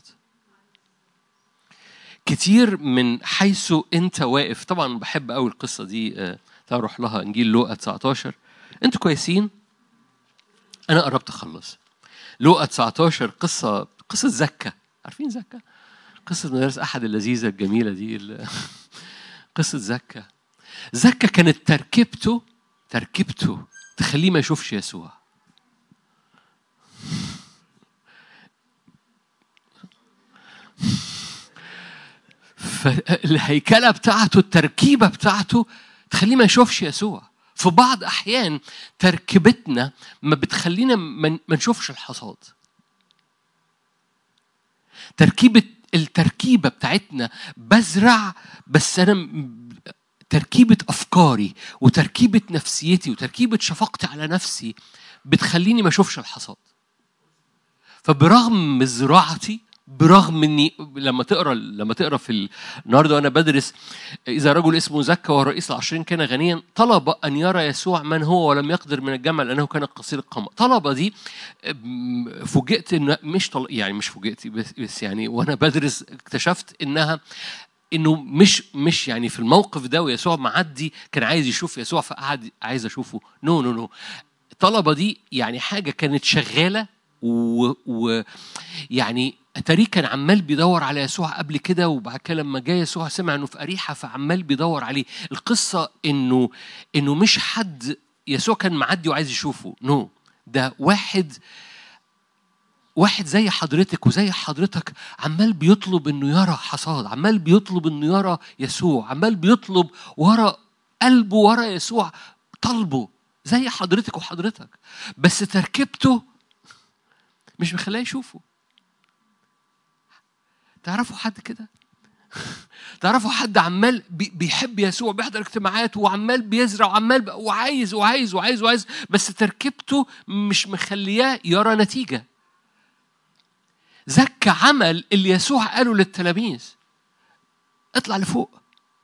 Speaker 1: كتير من حيث أنت واقف. طبعا بحب قوي القصة دي، تروح لها إنجيل لوقا 19. أنتوا كويسين؟ أنا قربت أخلص. لوقا 19 قصة زكا. عارفين زكا؟ قصة مدارس أحد اللذيذة الجميلة دي. قصة زكا كانت تركيبته تخليه ما يشوفش يسوع. فالهيكلة بتاعته، التركيبة بتاعته تخليه ما يشوفش يسوع. في بعض أحيان تركيبتنا ما بتخلينا ما نشوفش الحصاد. التركيبة بتاعتنا بزرع، بس أنا تركيبة أفكاري وتركيبة نفسيتي وتركيبة شفقتي على نفسي بتخليني ما أشوفش الحصاد. فبرغم زراعتي، برغم اني لما تقرا في النهارده وانا بدرس، اذا رجل اسمه زكا وهو رئيس العشرين كان غنيا طلب ان يرى يسوع من هو ولم يقدر من الجمع لانه كان قصير القامه. طلبه دي فوجئت انه مش فوجئت، بس يعني وانا بدرس اكتشفت انه مش يعني في الموقف ده ويسوع معدي كان عايز يشوف يسوع فقعد عايز اشوفه. نو الطلبه دي يعني حاجه كانت شغاله، يعني أتاري كان عمال بيدور على يسوع قبل كده، وبعد كده لما جاء يسوع سمع انه في أريحة فعمال بيدور عليه. القصة انه مش حد يسوع كان معدي وعايز يشوفه، ده واحد زي حضرتك وزي حضرتك عمال بيطلب انه يرى حصاد، عمال بيطلب انه يرى يسوع، عمال بيطلب ورا قلبه ورا يسوع، طلبه زي حضرتك وحضرتك، بس تركيبته مش مخليه يشوفه. تعرفوا حد كده؟ تعرفوا حد عمال بيحب يسوع، بيحضر اجتماعات وعمال بيزرع وعمال وعايز، بس تركيبته مش مخلياه يرى نتيجة. زكا عمل اللي يسوع قاله للتلاميذ، اطلع لفوق.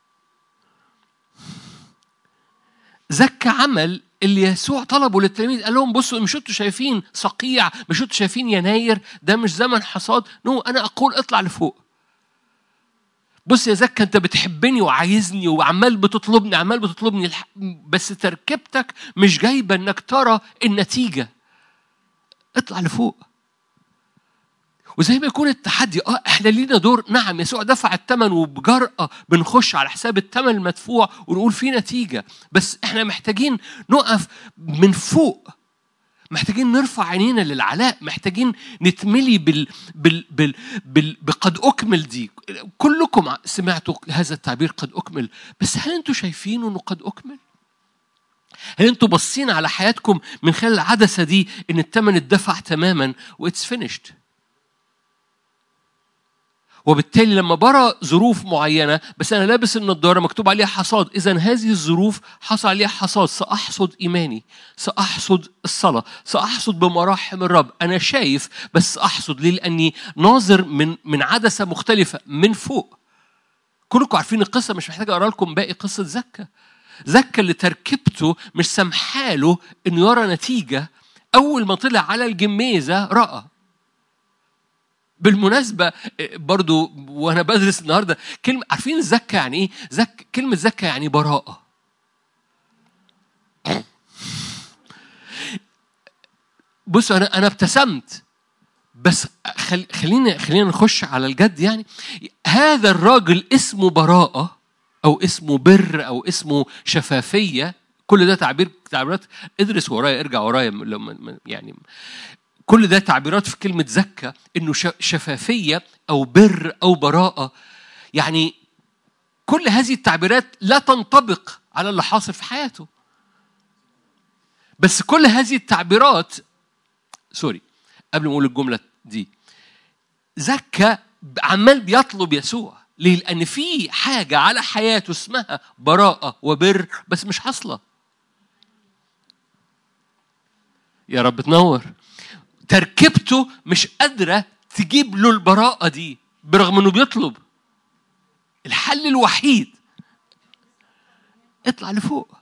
Speaker 1: زكا عمل اللي يسوع طلبه للتلاميذ، قال لهم بصوا، مش انتوا شايفين صقيع، مش انتوا شايفين يناير، ده مش زمن حصاد. انا اقول اطلع لفوق. بص يا زكا، انت بتحبني وعايزني وعمال بتطلبني بس تركيبتك مش جايبه انك ترى النتيجه. اطلع لفوق. وزي ما يكون التحدي، احنا لينا دور. نعم، يسوع دفع الثمن وبجرأة بنخش على حساب الثمن المدفوع ونقول فيه نتيجة، بس احنا محتاجين نقف من فوق، محتاجين نرفع عينينا للعلاء، محتاجين نتملي بقد أكمل. دي كلكم سمعتوا هذا التعبير قد أكمل، بس هل أنتوا شايفين أنه قد أكمل؟ هل أنتوا بصين على حياتكم من خلال العدسة دي إن الثمن اتدفع تماما وإتس فينيشد؟ وبالتالي لما برى ظروف معينة بس أنا لابس النضارة مكتوب عليها حصاد، إذن هذه الظروف حصل عليها حصاد. سأحصد إيماني، سأحصد الصلاة، سأحصد بمراحم الرب. أنا شايف بس أحصد ليه؟ لأني ناظر من عدسة مختلفة من فوق. كلكم عارفين القصة، مش محتاج أقرأ لكم باقي قصة زكا اللي تركبته مش سمحاله إنه يرى نتيجة. أول ما طلع على الجميزة رأى. بالمناسبة برضو وأنا بدرس النهاردة عارفين الزكاة يعني إيه؟ كلمة زكاة يعني براءة. بصوا أنا ابتسمت، بس خلينا نخش على الجد. يعني هذا الراجل اسمه براءة أو اسمه بر أو اسمه شفافية، كل ده تعبيرات. ادرس ورايا، ارجع ورايا يعني كل ده تعبيرات في كلمة زكى، إنه شفافية أو بر أو براءة. يعني كل هذه التعبيرات لا تنطبق على اللي حاصل في حياته، بس كل هذه التعبيرات قبل ما أقول الجملة دي، زكى عمال بيطلب يسوع. ليه؟ لأن في حاجة على حياته اسمها براءة وبر، بس مش حاصلة. يا رب تنور. تركيبته مش قادرة تجيب له البراءة دي برغم أنه بيطلب. الحل الوحيد اطلع لفوق،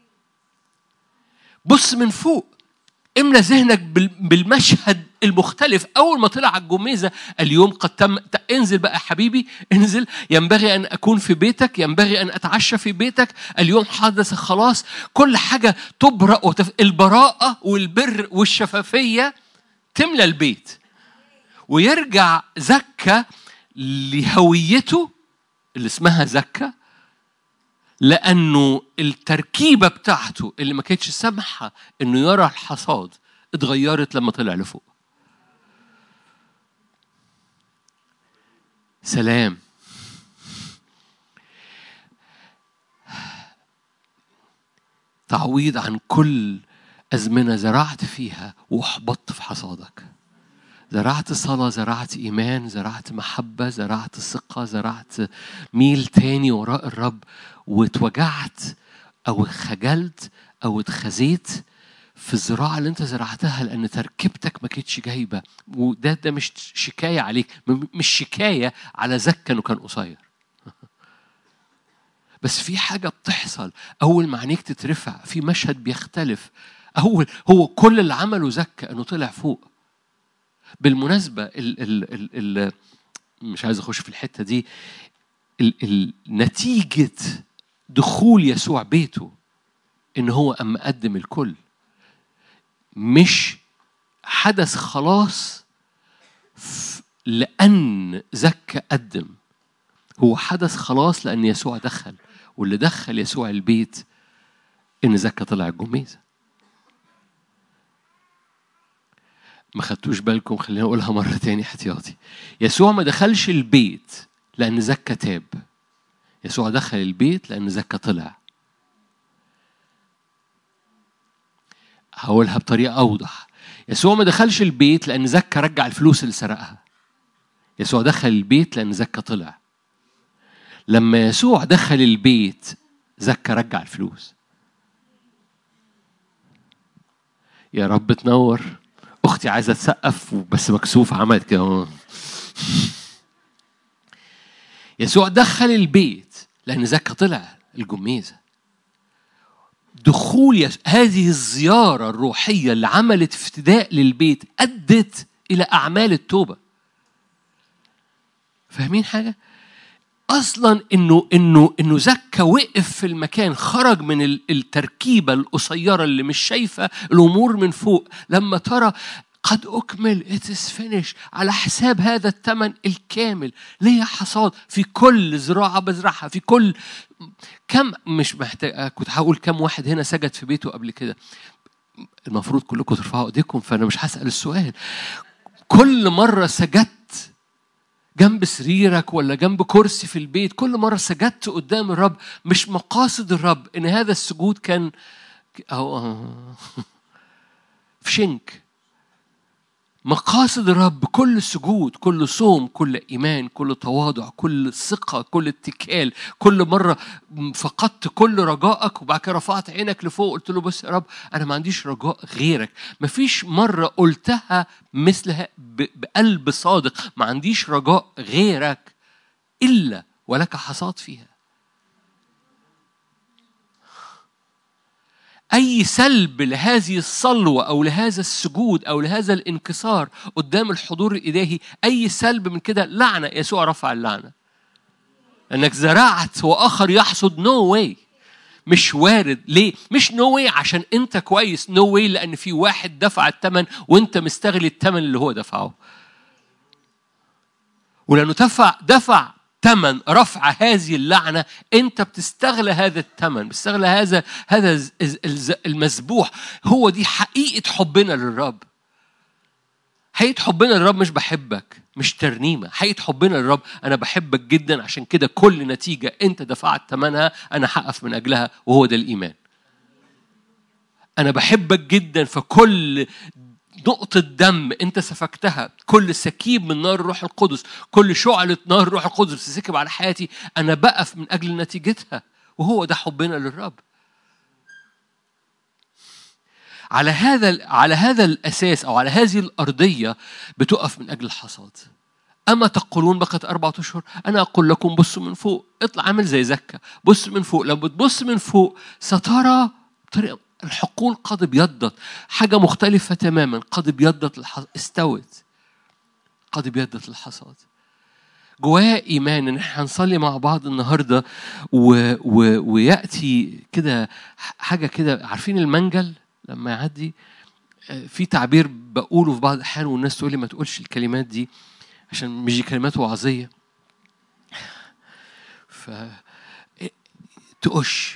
Speaker 1: بص من فوق، املى ذهنك بالمشهد المختلف. أول ما طلع على الجميزة اليوم قد تم، انزل بقى حبيبي انزل، ينبغي أن أكون في بيتك، ينبغي أن أتعشى في بيتك، اليوم حدث خلاص. كل حاجة تبرأ البراءة والبر والشفافية تملى البيت، ويرجع زكى لهويته اللي اسمها زكى، لأنه التركيبة بتاعته اللي ما كانتش سامحة إنه يرى الحصاد اتغيرت لما طلع لفوق. سلام. تعويض عن كل أزمنة زرعت فيها وأحبطت في حصادك. زرعت صلاة، زرعت إيمان، زرعت محبة، زرعت ثقة، زرعت ميل تاني وراء الرب، واتوجعت أو خجلت أو اتخزيت في الزراعة اللي انت زرعتها، لأن تركيبتك ما كانتش جايبة. وده مش شكاية عليك، مش شكاية على زكى إنه كان قصير. بس في حاجة بتحصل أول ما عينيك تترفع، في مشهد بيختلف. هو كل اللي عمله زكى إنه طلع فوق. بالمناسبة مش عايز أخش في الحتة دي. نتيجة دخول يسوع بيته إن هو أما قدم الكل، مش حدث خلاص لأن زكى قدم، هو حدث خلاص لأن يسوع دخل. واللي دخل يسوع البيت إن زكى طلع الجميزة. ما خدتوش بالكم؟ خلينا أقولها مرة تاني احتياطي. يسوع ما دخلش البيت لأن زكى تاب، يسوع دخل البيت لأن زكى طلع. هقولها بطريقة أوضح. يسوع ما دخلش البيت لأن زكى رجع الفلوس اللي سرقها، يسوع دخل البيت لأن زكى طلع. لما يسوع دخل البيت زكى رجع الفلوس. يا رب تنور. أختي عايزة تسقف بس مكسوف، عملت كده. يسوع دخل البيت لأن زكى طلع الجميزة. دخول هذه الزيارة الروحية اللي عملت افتداء للبيت أدت إلى أعمال التوبة. فاهمين حاجة؟ أصلاً إنه زكى وقف في المكان، خرج من التركيبة القصيرة اللي مش شايفة الأمور من فوق. لما ترى قد أكمل it is finished على حساب هذا الثمن الكامل، ليه حصاد في كل زراعة بزرعها، في كل كم. مش محتاج، كنت هقول كم واحد هنا سجد في بيته قبل كده. المفروض كلكم ترفعوا ايديكم، فأنا مش هسأل السؤال. كل مرة سجدت جنب سريرك ولا جنب كرسي في البيت، كل مرة سجدت قدام الرب، مش مقاصد الرب إن هذا السجود كان في شنك. مقاصد الرب كل سجود، كل صوم، كل إيمان، كل تواضع، كل ثقة، كل اتكال. كل مرة فقدت كل رجائك وبعد كده رفعت عينك لفوق قلت له بس يا رب أنا ما عنديش رجاء غيرك. ما فيش مرة قلتها مثلها بقلب صادق، ما عنديش رجاء غيرك إلا ولك حصاد فيها. أي سلب لهذه الصلوة أو لهذا السجود أو لهذا الانكسار قدام الحضور الإلهي، أي سلب من كده لعنة. يسوع رفع اللعنة. أنك زرعت وآخر يحصد، no way، مش وارد. ليه؟ مش no way عشان أنت كويس، no way لأن في واحد دفع الثمن وأنت مستغل الثمن اللي هو دفعه، ولأنه دفع ثمن رفع هذه اللعنة، أنت بتستغل هذا الثمن، بتستغل هذا المذبوح. هو دي حقيقة حبنا للرب. حقيقة حبنا للرب مش بحبك، مش ترنيمة. حقيقة حبنا للرب أنا بحبك جدا، عشان كده كل نتيجة أنت دفعت ثمنها أنا هقف من أجلها، وهو ده الإيمان. أنا بحبك جدا، فكل نقطة دم أنت سفكتها، كل سكيب من نار الروح القدس، كل شعلة نار الروح القدس بتسكب على حياتي، أنا بقف من أجل نتيجتها، وهو ده حبنا للرب. على هذا الأساس أو على هذه الأرضية بتقف من أجل الحصاد. أما تقولون بقت 4 أشهر، أنا أقول لكم بصوا من فوق. اطلع عامل زي زكا، بص من فوق. لما بتبص من فوق سترى طريقة الحقول قد ابيضت، حاجة مختلفة تماما. قد ابيضت استوت، قد ابيضت الحصاد. جوايا إيمان إن احنا هنصلي مع بعض النهاردة ويأتي كده حاجة كده. عارفين المنجل لما يعدي؟ في تعبير بقوله في بعض الأحيان والناس تقول لي ما تقولش الكلمات دي عشان مش دي كلمات وعظية. تقش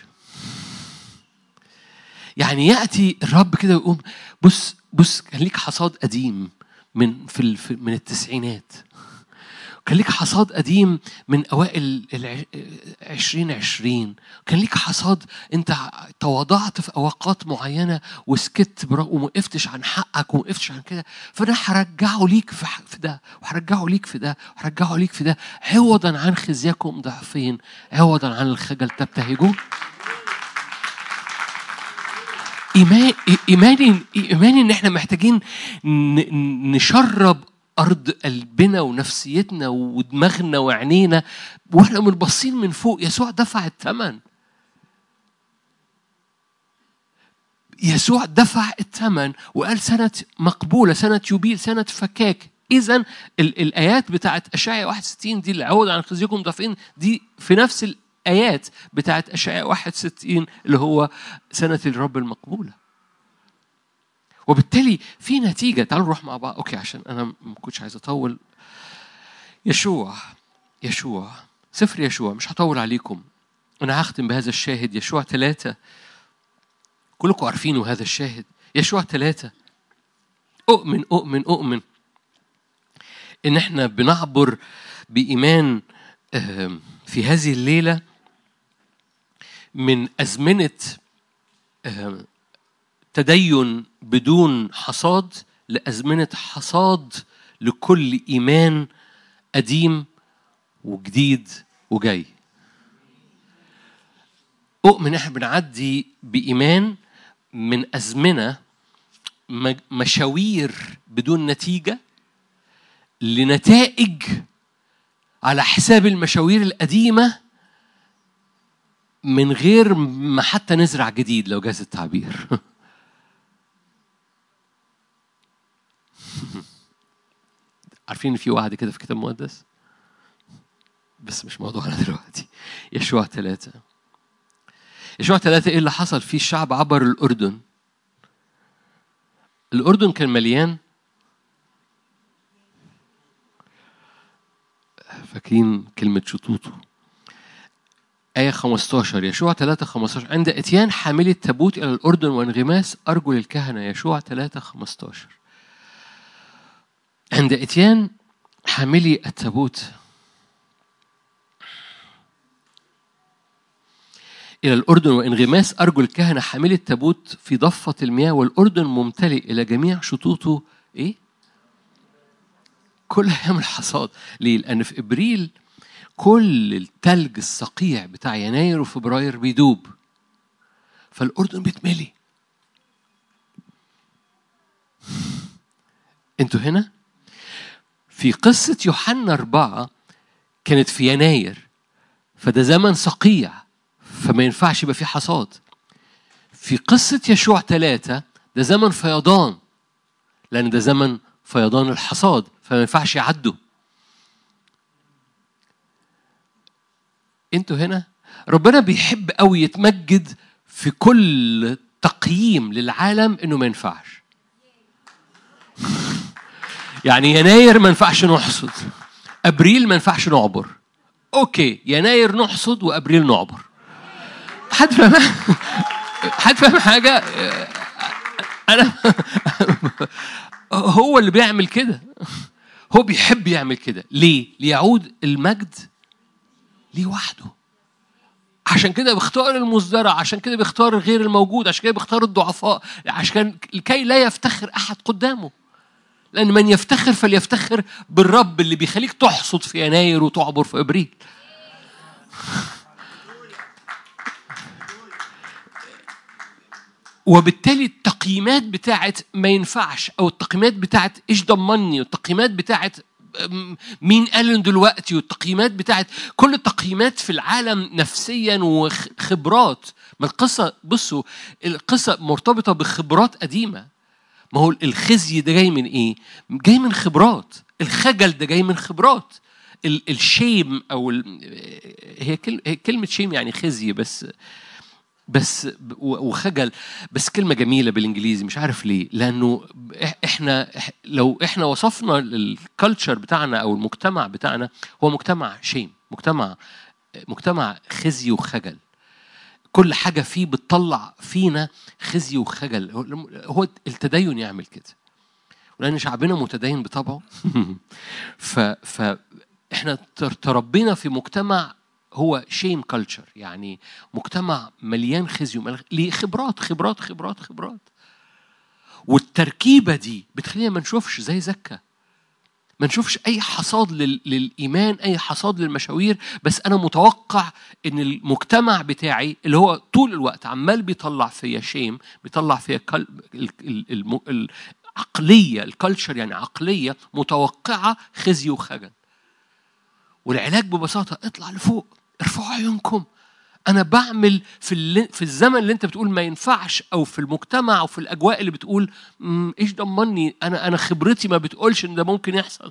Speaker 1: يعني يأتي الرب كده ويقوم بص كان ليك حصاد قديم من التسعينات، كان ليك حصاد قديم من أوائل 2020، كان ليك حصاد أنت تواضعت في أوقات معينة وسكت وموقفتش عن حقك وموقفتش عن كده، فأنا هرجعه ليك في ده، وهرجعه ليك في ده، وهرجعه ليك في ده، عوضا عن خزيكم ضعفين، عوضا عن الخجل تبتهجون. إيماني إن إحنا محتاجين نشرب أرض قلبنا ونفسيتنا ودماغنا وعينينا وإحنا منبصين من فوق. يسوع دفع الثمن، يسوع دفع الثمن وقال سنة مقبولة، سنة يوبيل، سنة فكاك. إذن الآيات بتاعت أشعياء 61 دي اللي عوض عن خزيكم ضعفين دي في نفس الآيات بتاعت أشعياء 61 اللي هو سنة الرب المقبولة. وبالتالي في نتيجة. تعالوا نروح مع بعض. أوكي، عشان أنا ما كنتش عايز أطول. يشوع سفر يشوع، مش هطول عليكم. أنا هختم بهذا الشاهد. يشوع 3 كلكم عارفينه هذا الشاهد. يشوع 3 أؤمن إن إحنا بنعبر بإيمان في هذه الليلة من أزمنة تدين بدون حصاد لأزمنة حصاد لكل إيمان قديم وجديد وجاي. أؤمن إحنا بنعدي بإيمان من أزمنة مشاوير بدون نتيجة لنتائج على حساب المشاوير القديمة من غير ما حتى نزرع جديد لو جاز التعبير. عارفين إن في وعد كده في كتاب مقدس، بس مش موضوعنا دلوقتي. يشوع 3 إيه اللي حصل فيه؟ الشعب عبر الأردن كان مليان. فاكرين كلمة شطوطه؟ آية 15 يشوع 3:15 عند إتيان حاملي التابوت إلى الأردن وانغماس أرجل الكهنة. يشوع 3:15 عند إتيان حاملي التابوت إلى الأردن وانغماس أرجل الكهنة حاملي التابوت في ضفة المياه، والأردن ممتلئ إلى جميع شطوطه. إيه؟ كل أيام الحصاد. ليه؟ لأن في إبريل كل التلج الصقيع بتاع يناير وفبراير بيدوب، فالأردن بيتملي. أنتوا هنا في قصة يوحنا 4 كانت في يناير، فده زمن صقيع فما ينفعش يبقى فيه حصاد. في قصة يشوع 3 ده زمن فيضان، لأن ده زمن فيضان الحصاد فما ينفعش يعدوا. انتوا هنا ربنا بيحب قوي يتمجد في كل تقييم للعالم انه ما ينفعش. يعني يناير ما ينفعش نحصد، ابريل ما ينفعش نعبر، اوكي، يناير نحصد وابريل نعبر. حد فاهم حاجه؟ انا هو اللي بيعمل كده، هو بيحب يعمل كده. ليه؟ ليعود المجد ليه وحده. عشان كده بيختار المزدرع، عشان كده بيختار غير الموجود، عشان كده بيختار الضعفاء، عشان لكي لا يفتخر احد قدامه. لان من يفتخر فليفتخر بالرب اللي بيخليك تحصد في يناير وتعبر في ابريل. وبالتالي التقييمات بتاعت ما ينفعش، او التقييمات بتاعت ايش ضمني، والتقييمات بتاعت مين قال دلوقتي، والتقييمات بتاعت كل التقييمات في العالم نفسيا وخبرات. ما القصة، بصوا، القصة مرتبطة بخبرات قديمة. ما هو الخزي ده جاي من ايه؟ جاي من خبرات. الخجل ده جاي من خبرات. الشيم او هي كلمة شيم يعني خزي، بس وخجل، بس كلمة جميلة بالإنجليزي، مش عارف ليه. لأنه إحنا لو إحنا وصفنا الكالتشر بتاعنا أو المجتمع بتاعنا هو مجتمع شيم، مجتمع خزي وخجل. كل حاجة فيه بتطلع فينا خزي وخجل. هو التدين يعمل كده، ولأن شعبنا متدين بطبعه. إحنا تربينا في مجتمع هو شيم كلتشر، يعني مجتمع مليان خزي ليه خبرات خبرات خبرات خبرات. والتركيبة دي بتخلينا ما نشوفش زي زكا، ما نشوفش أي حصاد للإيمان، أي حصاد للمشاوير. بس أنا متوقع إن المجتمع بتاعي اللي هو طول الوقت عمال بيطلع فيا شيم، بيطلع فيا العقلية، الكلتشر يعني عقلية متوقعة خزي وخجل. والعلاج ببساطة اطلع لفوق، ارفعوا عيونكم. أنا بعمل في الزمن اللي أنت بتقول ما ينفعش، أو في المجتمع أو في الأجواء اللي بتقول إيش ضمني، أنا خبرتي ما بتقولش إن ده ممكن يحصل.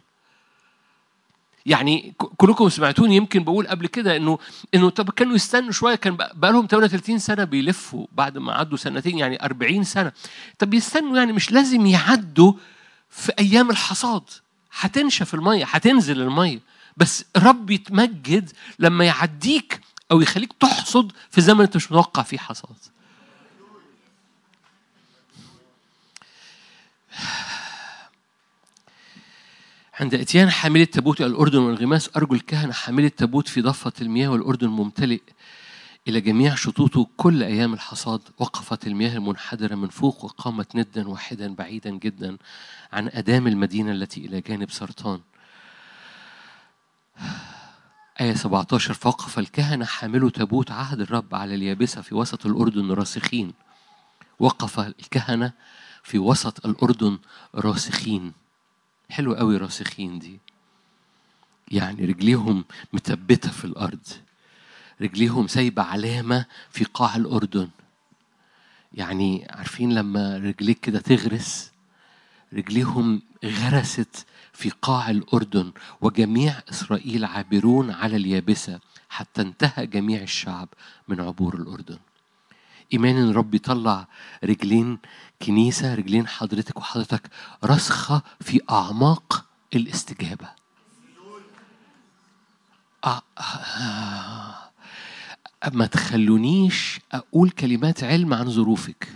Speaker 1: يعني كلكم سمعتوني يمكن بقول قبل كده إنه طب كانوا يستنوا شوية. كان بقى لهم 38 سنة بيلفوا بعد ما عدوا سنتين، يعني 40 سنة. طب يستنوا، يعني مش لازم يعدوا في أيام الحصاد. هتنشف المية، هتنزل المية، بس رب يتمجد لما يعديك أو يخليك تحصد في زمن أنت مش متوقع فيه حصاد. عند اتيان حامل التابوت إلى الأردن والغماس أرجل الكهنة حامل التابوت في ضفة المياه، والأردن ممتلئ إلى جميع شطوطه كل أيام الحصاد. وقفت المياه المنحدرة من فوق وقامت ندا واحدا بعيدا جدا عن أدام المدينة التي إلى جانب سرطان. آية 17: فوقف الكهنة حاملوا تابوت عهد الرب على اليابسة في وسط الأردن راسخين. وقف الكهنة في وسط الأردن راسخين. حلو قوي راسخين دي، يعني رجليهم متبتة في الأرض، رجليهم سايبة علامة في قاع الأردن. يعني عارفين لما رجليك كده تغرس، رجليهم غرست في قاع الأردن. وجميع إسرائيل عابرون على اليابسة حتى انتهى جميع الشعب من عبور الأردن. إيمان إن رب يطلع رجلين كنيسة، رجلين حضرتك وحضرتك رسخة في أعماق الاستجابة. ما تخلونيش أقول كلمات علم عن ظروفك،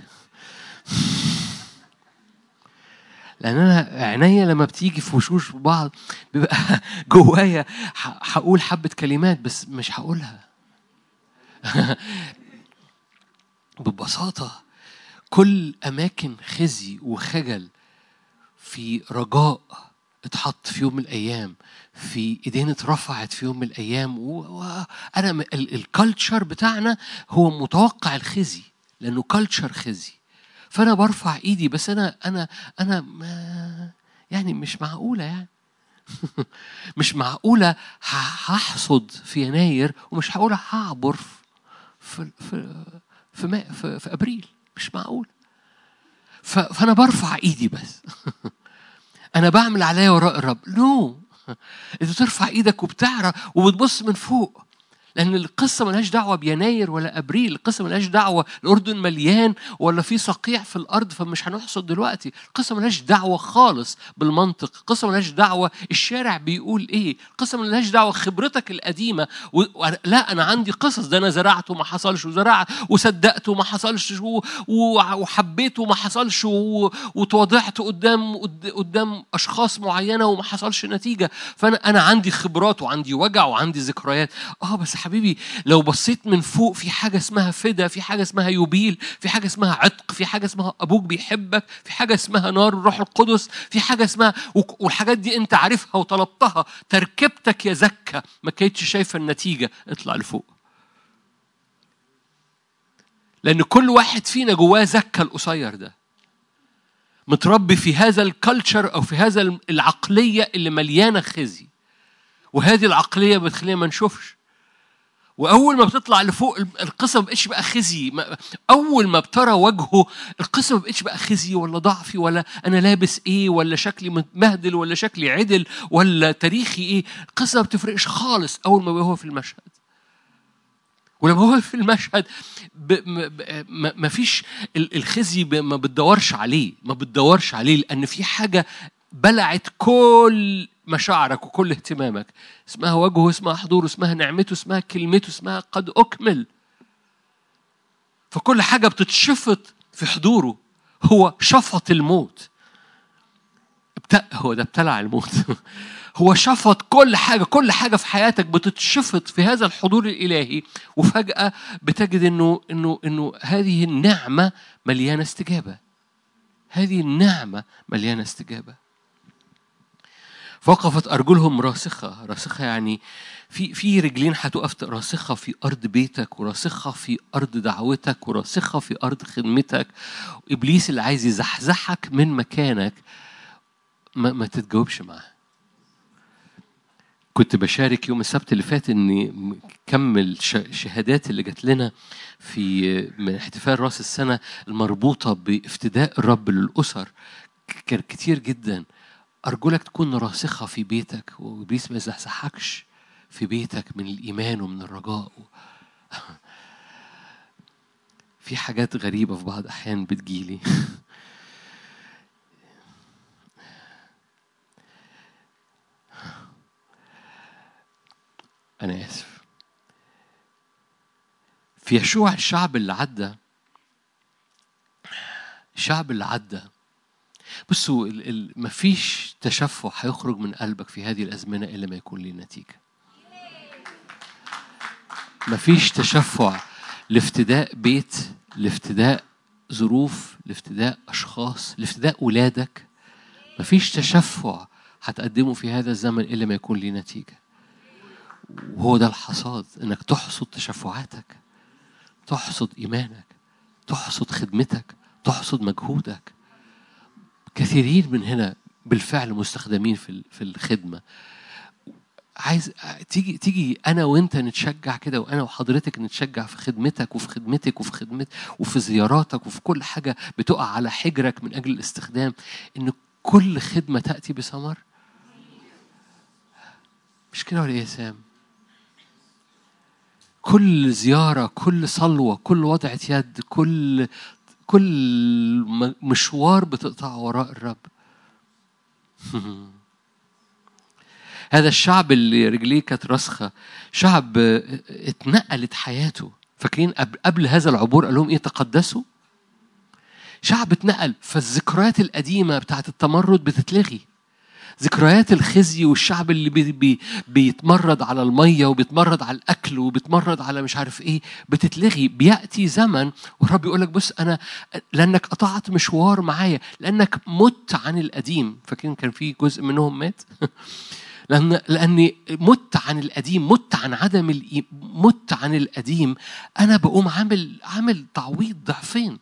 Speaker 1: لأن أنا عينيا لما بتيجي في وشوش بعض بيبقى جوايا هقول حبة كلمات بس مش هقولها. ببساطة كل أماكن خزي وخجل في رجاء اتحط في يوم من الأيام، في إيدين اترفعت في يوم من الأيام. وأنا الكالتشر بتاعنا هو متوقع الخزي، لأنه كالتشر خزي. فأنا برفع إيدي، بس أنا يعني مش معقولة، يعني مش معقولة هحصد في يناير ومش هقول هعبر في أبريل. مش معقول. فأنا برفع إيدي بس. أنا بعمل عليا وراء الرب. نو، أنت ترفع إيدك وبتعرف وبتبص من فوق، لأن القصة ملهاش دعوة بيناير ولا أبريل، القصة ملهاش دعوة الأردن مليان ولا في صقيع في الأرض فمش هنحصد دلوقتي. القصة ملهاش دعوة خالص بالمنطق، القصة ملهاش دعوة الشارع بيقول إيه، القصة ملهاش دعوة خبرتك القديمة لا، أنا عندي قصص، ده أنا زرعت وما حصلش، وزرعت وصدقت وما حصلش، وحبيت وما حصلش، وتواضعت قدام أشخاص معينة وما حصلش نتيجة. فأنا عندي خبرات وعندي وجع وعندي ذكريات. بس حبيبي لو بصيت من فوق في حاجة اسمها فدا، في حاجة اسمها يوبيل، في حاجة اسمها عتق، في حاجة اسمها أبوك بيحبك، في حاجة اسمها نار الروح القدس، في حاجة اسمها والحاجات دي أنت عارفها وطلبتها. تركبتك يا زكا ما كنتش شايفة النتيجة، اطلع لفوق. لأن كل واحد فينا جواه زكا القصير ده، متربي في هذا الكالتشر أو في هذا العقلية اللي مليانة خزي، وهذه العقلية بتخلينا ما نشوفش. وأول ما بتطلع لفوق القصة ما بقتش بقى خزي. أول ما بترى وجهه القصة ما بقتش بقى خزي ولا ضعفي ولا أنا لابس إيه ولا شكلي مهدل ولا شكلي عدل ولا تاريخي إيه. القصة ما بتفرقش خالص أول ما هو في المشهد. ولما هو في المشهد ما فيش الخزي، ما بتدورش عليه، لأن في حاجة بلعت كل مشاعرك وكل اهتمامك، اسمها وجهه، اسمها حضوره، اسمها نعمته، اسمها كلمته، اسمها قد أكمل. فكل حاجة بتتشفط في حضوره. هو شفط الموت، هو ده ابتلع الموت. هو شفط كل حاجة في حياتك بتتشفط في هذا الحضور الإلهي. وفجأة بتجد إنه هذه النعمة مليانة استجابة. هذه النعمة مليانة استجابة. فوقفت أرجلهم راسخة يعني في رجلين هتقف راسخة في أرض بيتك، وراسخة في أرض دعوتك، وراسخة في أرض خدمتك. إبليس اللي عايز يزحزحك من مكانك ما تتجاوبش معاه. كنت بشارك يوم السبت اللي فات إني كمل شهادات اللي جات لنا في من احتفال رأس السنة المربوطة بافتداء الرب للأسر كان كتير جدا. أرجلك تكون راسخة في بيتك، وإبليس ما يزحزحكش في بيتك من الإيمان ومن الرجاء. في حاجات غريبة في بعض أحيان بتجيلي. أنا آسف. في يشوع الشعب اللي عدى بصوا، مفيش تشفع هيخرج من قلبك في هذه الأزمنة إلا ما يكون ليه نتيجة. مفيش تشفع لافتداء بيت، لافتداء ظروف، لافتداء أشخاص، لافتداء ولادك. مفيش تشفع هتقدمه في هذا الزمن إلا ما يكون ليه نتيجة. وهو ده الحصاد، إنك تحصد تشفعاتك، تحصد إيمانك، تحصد خدمتك، تحصد مجهودك. كثيرين من هنا بالفعل مستخدمين في الخدمة. عايز تيجي أنا وإنت نتشجع كده، وأنا وحضرتك نتشجع في خدمتك وفي خدمتك وفي خدمت وفي زياراتك وفي كل حاجة بتقع على حجرك من أجل الاستخدام، إن كل خدمة تأتي بثمر. مش كده ولا إيه يا سام؟ كل زيارة، كل صلوة، كل وضعة يد، كل مشوار بتقطع وراء الرب. هذا الشعب اللي رجليه كانت راسخة، شعب اتنقلت حياته. فاكرين قبل هذا العبور قال لهم ايه؟ تقدسوا. شعب اتنقل، فالذكريات القديمة بتاعت التمرد بتتلغي. ذكريات الخزي والشعب اللي بيتمرد على المية وبيتمرد على الأكل وبيتمرد على مش عارف إيه بتتلغي. بيأتي زمن والرب يقولك بص، أنا لأنك قطعت مشوار معايا، لأنك مت عن القديم. فاكرين كان في جزء منهم مات؟ لأني مت عن القديم، مت عن القديم. أنا بقوم عامل تعويض ضعفين.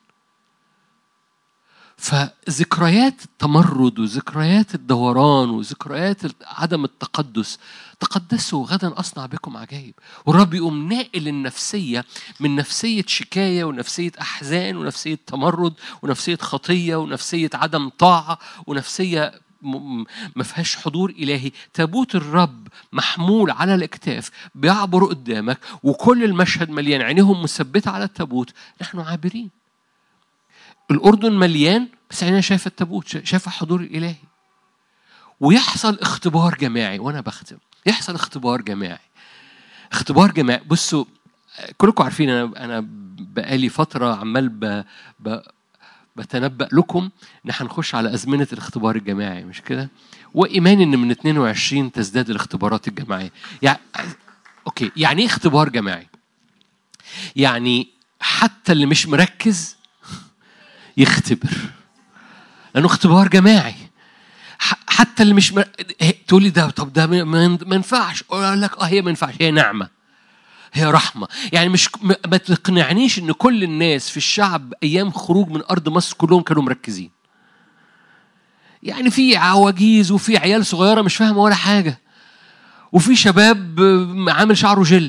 Speaker 1: فذكريات التمرد وذكريات الدوران وذكريات عدم التقدس، تقدسوا غدا أصنع بكم عجائب. والرب يقوم ناقل النفسية من نفسية شكاية ونفسية أحزان ونفسية تمرد ونفسية خطية ونفسية عدم طاعة ونفسية ما فيهاش حضور إلهي، تابوت الرب محمول على الأكتاف بيعبر قدامك وكل المشهد مليان، عينيهم مثبتة على التابوت. نحن عابرين. الأردن مليان بس عينينا شايفة التابوت، شايفة حضور الإلهي. ويحصل اختبار جماعي. وأنا بختم يحصل اختبار جماعي. اختبار جماعي. بصوا كلكم عارفين أنا بقالي فترة عمال بتنبأ لكم إن هنخش على أزمنة الاختبار الجماعي، مش كده؟ وإيماني إن من 22 تزداد الاختبارات الجماعية. أوكي، يعني إيه اختبار جماعي؟ يعني حتى اللي مش مركز يختبر، لأنه اختبار جماعي. حتى اللي مش تقولي ده طب ده ما ينفعش، أقول لك هي ما ينفعش، هي نعمة، هي رحمة. يعني مش ما تقنعنيش إن كل الناس في الشعب أيام خروج من أرض مصر كلهم كانوا مركزين. يعني في عواجيز وفي عيال صغيرة مش فاهمة ولا حاجة، وفي شباب عامل شعره جل.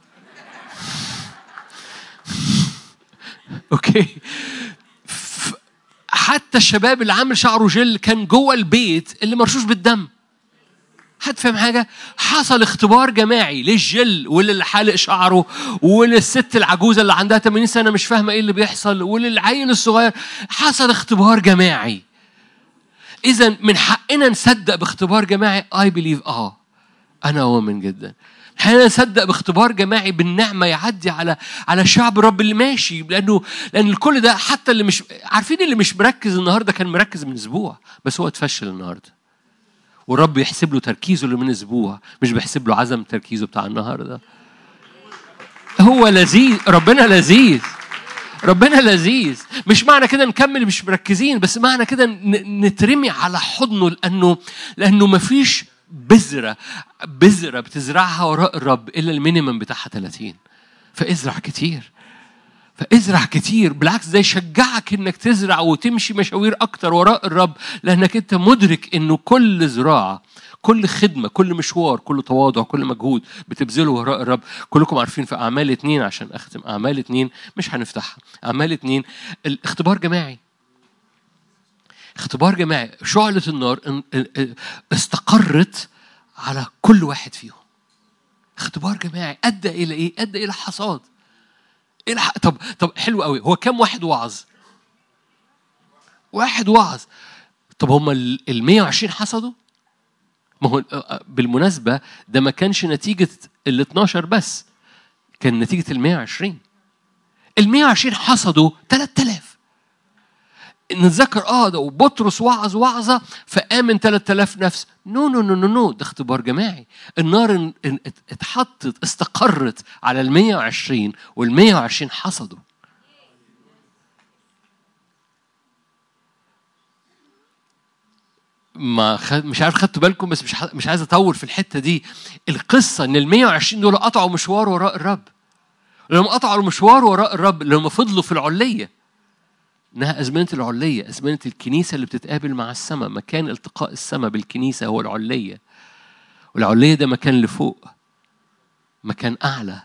Speaker 1: أوكي، حتى الشباب اللي عامل شعره جل كان جوه البيت اللي مرشوش بالدم. حد فاهم حاجة؟ حصل اختبار جماعي للجل واللي حالق شعره وللست العجوزة اللي عندها 80 سنة مش فاهمة ايه اللي بيحصل وللعيل الصغير. حصل اختبار جماعي. إذن من حقنا نصدق باختبار جماعي. I believe أنا أؤمن جدا. حين نصدق باختبار جماعي بالنعمة يعدي على شعب الرب اللي ماشي، لأن الكل ده حتى اللي مش عارفين، اللي مش مركز النهاردة كان مركز من أسبوع بس هو اتفشل النهاردة، والرب يحسب له تركيزه اللي من أسبوع، مش بيحسب له عزم تركيزه بتاع النهاردة. هو لذيذ، ربنا لذيذ، ربنا لذيذ. مش معنى كده نكمل مش مركزين، بس معنى كده نترمي على حضنه، لأنه مفيش بذرة بتزرعها وراء الرب إلا المينيمم بتاعها 30. فازرع كتير. بالعكس ده يشجعك إنك تزرع وتمشي مشاوير أكتر وراء الرب، لأنك أنت مدرك إنه كل زراعة، كل خدمة، كل مشوار، كل تواضع، كل مجهود بتبذله وراء الرب. كلكم عارفين في أعمال 2، عشان أختم أعمال 2 مش هنفتحها، أعمال 2 الاختبار جماعي. اختبار جماعي. شعلة النار استقرت على كل واحد فيهم. اختبار جماعي أدى إلى إيه؟ أدى إلى حصاد. طب حلو قوي. هو كم واحد وعظ؟ واحد وعظ. طب هم 120 حصدوا؟ ما هو بالمناسبة ده ما كانش نتيجة 12 بس، كان نتيجة 120. 120 حصدوا 3000. نتذكر ده وبطرس وعظ وعظة فآمن 3000 نفس. نو ده اختبار جماعي. النار اتحطت، استقرت على 120 وال120 حصدوا. مش عارف خدتوا بالكم، بس مش عايز اطول في الحتة دي. القصة ان 120 دول قطعوا مشوار وراء الرب. لما قطعوا المشوار وراء الرب، لما فضلوا في العلية، إنها أزمنة العلية، أزمنة الكنيسة اللي بتتقابل مع السماء. مكان التقاء السماء بالكنيسة هو العلية، والعلية ده مكان لفوق، مكان أعلى.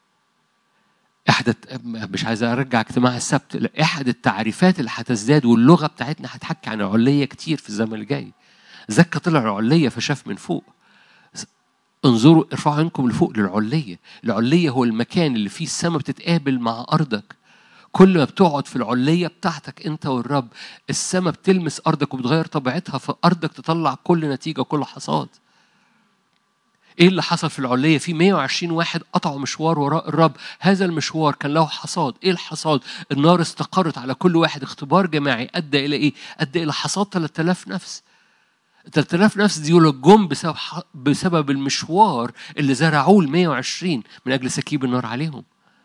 Speaker 1: مش عايز أرجع اجتماع السبت، أحد التعريفات اللي هتزداد واللغة بتاعتنا هتحكي عن العلية كتير في الزمن الجاي. زكا طلع العلية فشاف من فوق. انظروا، ارفعوا عينكم لفوق للعلية. العلية هو المكان اللي فيه السماء بتتقابل مع أرضك. كل ما بتقعد في العلية بتاعتك أنت والرب، السماء بتلمس أرضك وبتغير طبيعتها، فأرضك تطلع كل نتيجة وكل حصاد. إيه اللي حصل في العلية؟ في 120 واحد قطعوا مشوار وراء الرب. هذا المشوار كان له حصاد. إيه الحصاد؟ النار استقرت على كل واحد. اختبار جماعي أدى إلى إيه؟ أدى إلى حصاد 3000 نفس. 3000 نفس دي يلجم بسبب المشوار اللي زرعوه 120 من أجل سكيب النار عليهم.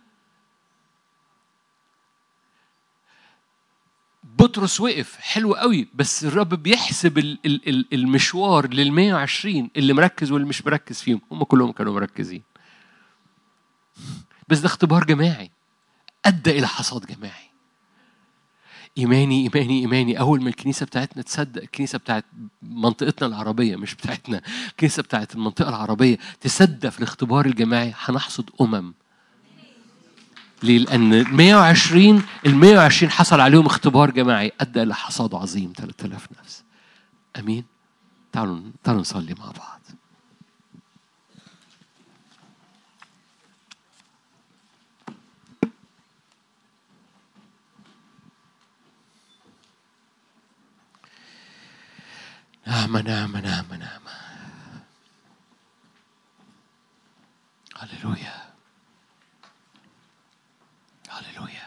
Speaker 1: بطرس وقف حلو قوي، بس الرب بيحسب المشوار لل120 اللي مركز واللي مش مركز فيهم. هم كلهم كانوا مركزين، بس ده اختبار جماعي أدى إلى حصاد جماعي. إيماني أول ما الكنيسة بتاعتنا تصدق، الكنيسة بتاعت منطقتنا العربية مش بتاعتنا، الكنيسة بتاعت المنطقة العربية تصدق في الاختبار الجماعي، هنحصد ليه؟ لأن ال120 حصل عليهم اختبار جماعي أدى إلى حصاد عظيم 3000 نفس. أمين. تعالوا نصلي مع بعض. نعم نعم نعم نعم. هللويا هللويا.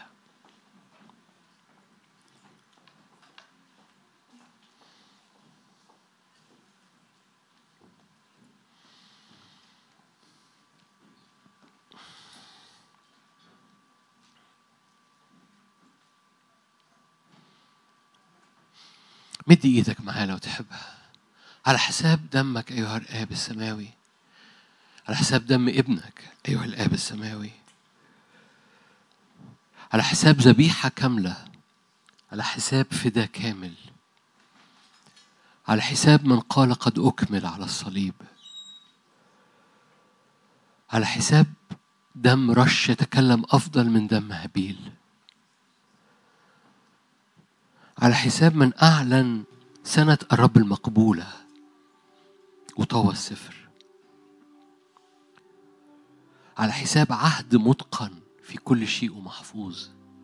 Speaker 1: مد ايدك معايا لو تحبها. على حساب دمك ايها الاب السماوي، على حساب دم ابنك ايها الاب السماوي، على حساب ذبيحه كامله، على حساب فدا كامل، على حساب من قال قد اكمل على الصليب، على حساب دم رش يتكلم افضل من دم هابيل، على حساب من أعلن سنة الرب المقبولة وطوى السفر، على حساب عهد متقن في كل شيء ومحفوظ،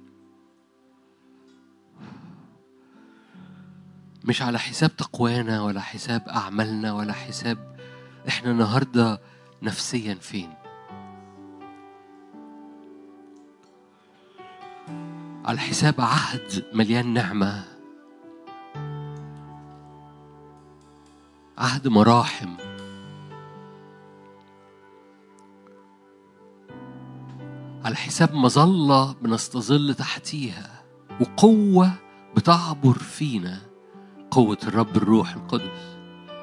Speaker 1: مش على حساب تقوانا ولا حساب أعمالنا ولا حساب إحنا النهاردة نفسيا فين، على حساب عهد مليان نعمة، عهد مراحم، على حساب مظلة بنستظل تحتيها وقوة بتعبر فينا، قوة الرب الروح القدس.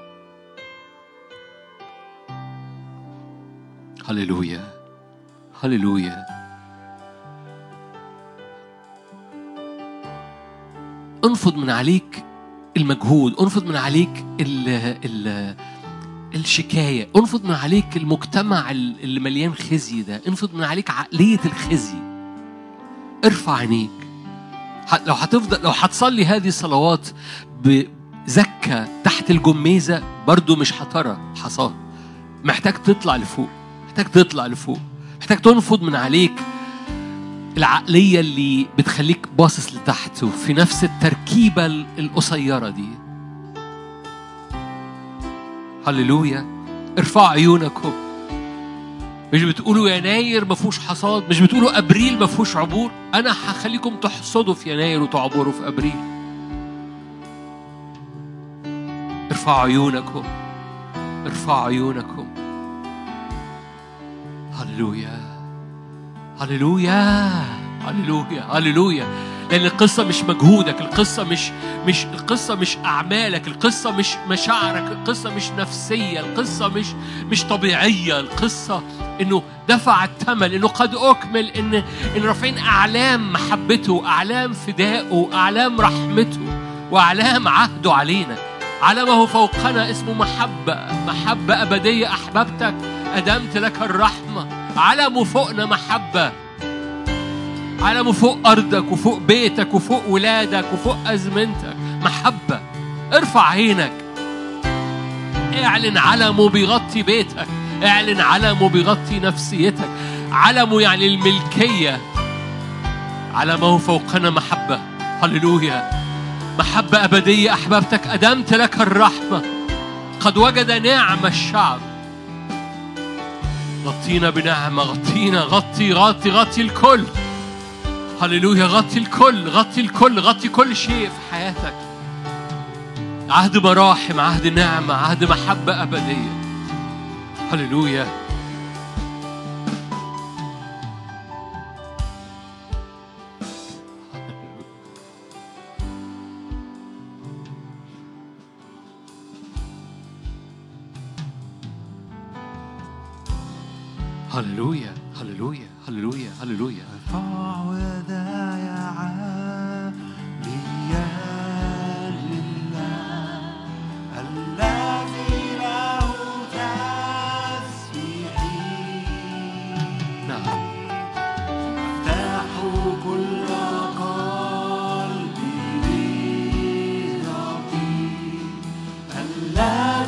Speaker 1: هللويا هللويا. انفض من عليك المجهود، انفض من عليك الشكاية، انفض من عليك المجتمع اللي مليان خزي ده، انفض من عليك عقلية الخزي. ارفع عينيك. لو هتصلي هذه الصلوات بزكة تحت الجميزة برضو مش هترى حصاد. محتاج تطلع لفوق، محتاج تطلع لفوق، محتاج تنفض من عليك العقلية اللي بتخليك باصص لتحت وفي نفس التركيبة القصيرة دي. هللويا. ارفعوا عيونكم. مش بتقولوا يناير ما فيهوش حصاد، مش بتقولوا ابريل ما فيهوش عبور. انا هخليكم تحصدوا في يناير وتعبروا في ابريل. ارفعوا عيونكم، ارفعوا عيونكم. هللويا هللويا هللويا هللويا. لأن القصة مش مجهودك، القصة القصة مش أعمالك، القصة مش مشاعرك، القصة مش نفسية، القصة مش طبيعية. القصة إنه دفع الثمن، إنه قد أكمل، إن رافعين أعلام محبته، أعلام فدائه، أعلام رحمته، وأعلام عهده علينا. علمه فوقنا اسمه محبة أبدية. أحببتك أدمت لك الرحمة. علمه فوقنا محبة، علمه فوق أرضك وفوق بيتك وفوق ولادك وفوق أزمنتك محبة. ارفع عينك، اعلن علمه بيغطي بيتك، اعلن علمه بيغطي نفسيتك. علمه يعني الملكية. علمه فوقنا محبة. هللويا. محبة أبدية. أحببتك أدمت لك الرحمة. قد وجد نعم الشعب. غطينا بنعمة، غطينا، غطي الكل. هللويا. غطي الكل، غطي الكل، غطي كل شيء في حياتك. عهد مراحم، عهد نعمة، عهد محبة أبدية. هللويا. هللويا هللويا هللويا هللويا.
Speaker 2: ارفع ودايا عالية لله الذي له تسبيحي.
Speaker 1: نعم.
Speaker 2: افتح كل قلبي لربي الذي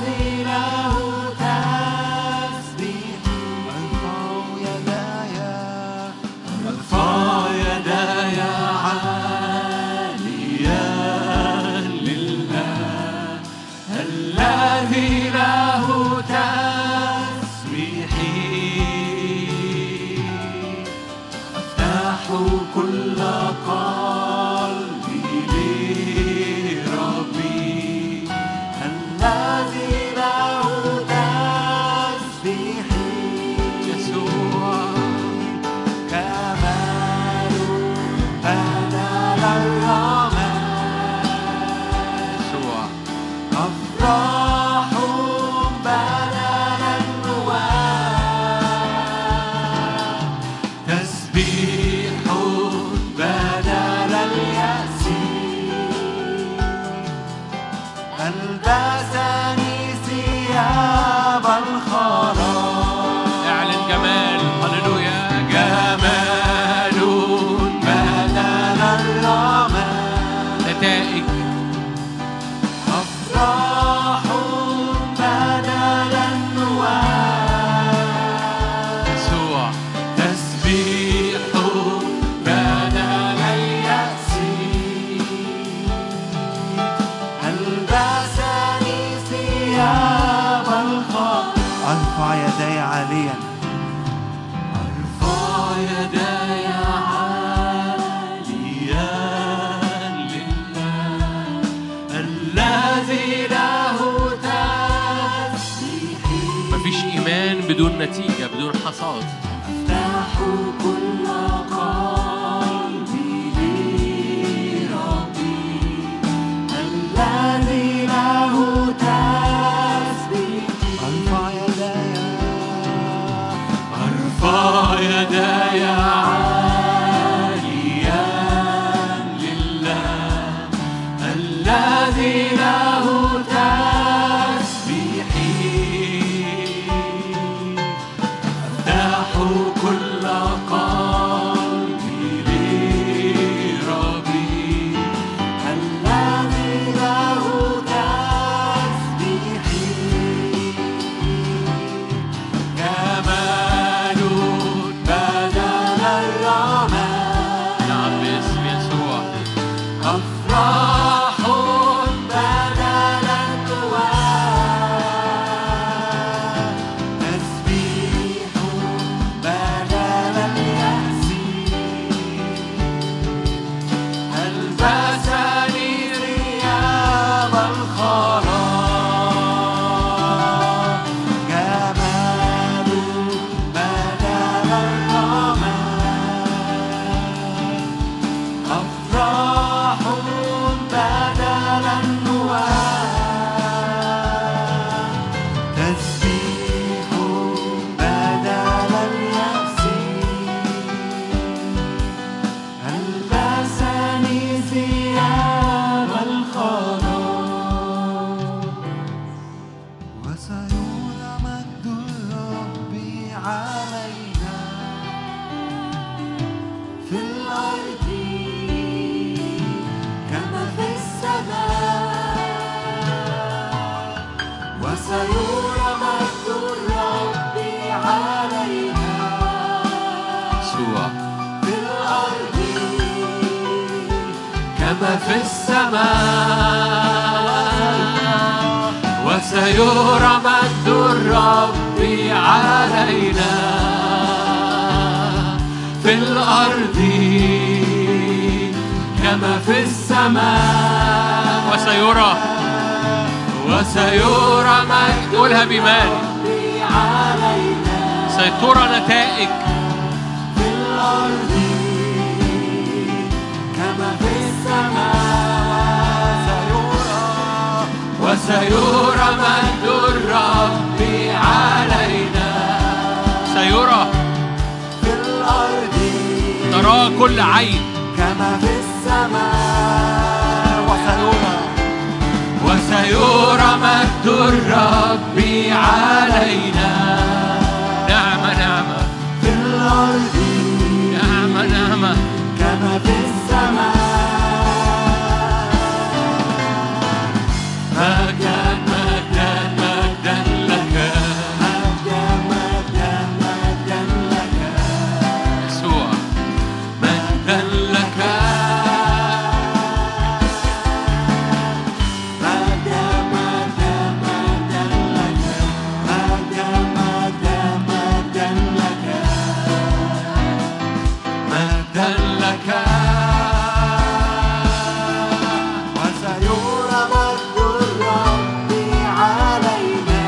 Speaker 2: حاليا.
Speaker 1: أرفع يداي عاليا لله الذي له تسبيحي. مفيش إيمان بدون نتيجة، بدون حصاد.
Speaker 2: أفتح كل قلبي لربي الذي له تسبيحي. أرفع يداي
Speaker 1: عاليا لله الذي له تسبيحي. أفتح كل قلبي لربي
Speaker 2: الذي له تسبيحي.
Speaker 1: جمال بدل الرماد. نعم باسم يسوع. أفراح بدل النواه.
Speaker 2: تسبيح بدل اليأس.
Speaker 1: ألبسني ثياب الخلاص.
Speaker 2: جمال بدل الرماد. أفراح بدل النواه. تسبيح بدل اليأس. ألبسني ثياب الخلاص. وسيرى مجد الرب علينا في الأرض كما في السماء. وسيرى مجد الرب علينا
Speaker 1: يسوع
Speaker 2: في الأرض
Speaker 1: كما في السماء. وسيرى مجد الرب علينا في الأرض كما في السماء. وسيرى مجد. قولها بإيمان.
Speaker 2: علينا
Speaker 1: سيترى نتائج.
Speaker 2: في الأرض كما في السماء.
Speaker 1: وسيرى مجد الرب علينا. سيرى
Speaker 2: في الأرض
Speaker 1: ترى كل عين.
Speaker 2: كما في السماء.
Speaker 1: وسيرى مجد الرب علينا. نعمة نعمة
Speaker 2: في الأرض
Speaker 1: نعمة نعمة
Speaker 2: كما في السماء.
Speaker 1: مجدا مجدا مجدا لك
Speaker 2: مجدا مجدا مجدا لك
Speaker 1: يسوع. مجدا لك
Speaker 2: مجدا مجدا مجدا لك مجدا مجدا مجدا لك
Speaker 1: مجدا لك.
Speaker 2: وسيرى مجد الرب علينا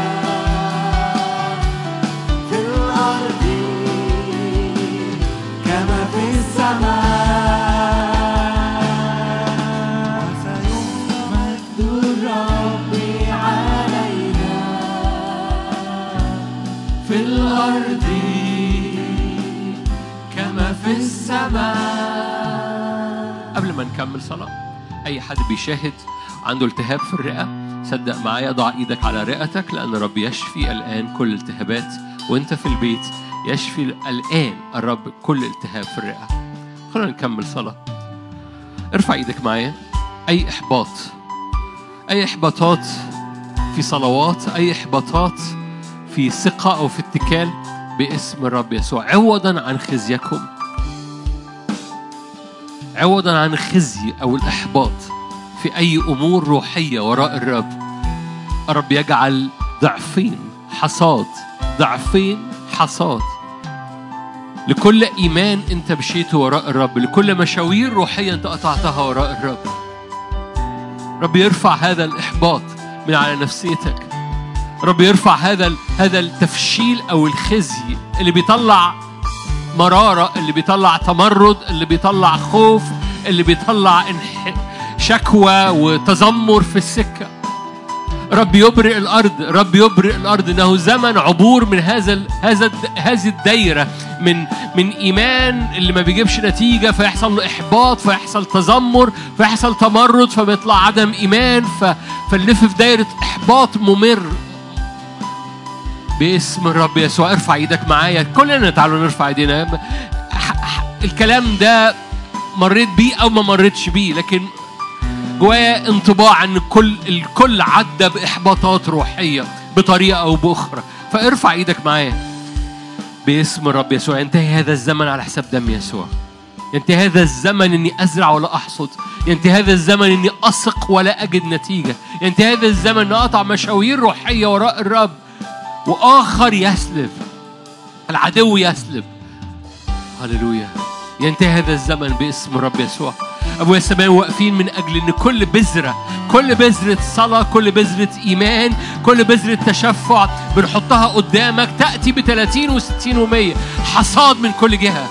Speaker 2: في الأرض كما في السماء. وسيرى مجد الرب علينا
Speaker 1: في الأرض كما في السماء. قبل ما نكمل صلاة، أي حد بيشاهد عنده التهاب في الرئة، صدق معايا، ضع إيدك على رئتك، لأن الرب يشفي الآن كل التهابات. وأنت في البيت يشفي الآن الرب كل التهاب في الرئة. خلونا نكمل صلاة. ارفع إيدك معايا. أي إحباط، أي إحباطات في صلوات، أي إحباطات في ثقة أو في اتكال، باسم الرب يسوع، عوضا عن خزيكم، عوضا عن الخزي أو الإحباط في أي أمور روحية وراء الرب. الرب يجعل ضعفين حصاد، ضعفين حصاد لكل إيمان أنت مشيته وراء الرب، لكل مشاوير روحية أنت قطعتها وراء الرب. رب يرفع هذا الإحباط من على نفسيتك. رب يرفع هذا التفشيل أو الخزي اللي بيطلع مرارة، اللي بيطلع تمرد، اللي بيطلع خوف، اللي بيطلع شكوى وتذمر في السكة. رب يبرئ الأرض، رب يبرئ الأرض. إنه زمن عبور من هذه الدايرة من إيمان اللي ما بيجيبش نتيجة، فيحصل له إحباط، فيحصل تذمر، فيحصل تمرد، فبيطلع عدم إيمان، فنلف في دايرة إحباط ممر. باسم الرب يسوع ارفع ايدك معايا، كلنا تعالوا نرفع ايدينا. الكلام ده مريت بيه او ما مريتش بيه، لكن جوايا انطباع ان الكل عدى باحباطات روحيه بطريقه او باخرى. فارفع ايدك معايا باسم الرب يسوع. ينتهي هذا الزمن على حساب دم يسوع. ينتهي هذا الزمن اني ازرع ولا احصد. ينتهي هذا الزمن اني اثق ولا اجد نتيجه. ينتهي هذا الزمن اني اقطع مشاوير روحيه وراء الرب وآخر يسلب، العدو يسلب. هللويا. ينتهي هذا الزمن باسم الرب يسوع. أبويا السماوي واقفين من أجل أن كل بذرة صلاة، كل بذرة إيمان، كل بذرة تشفع بنحطها قدامك تأتي ب30 و60 و100 حصاد من كل جهة.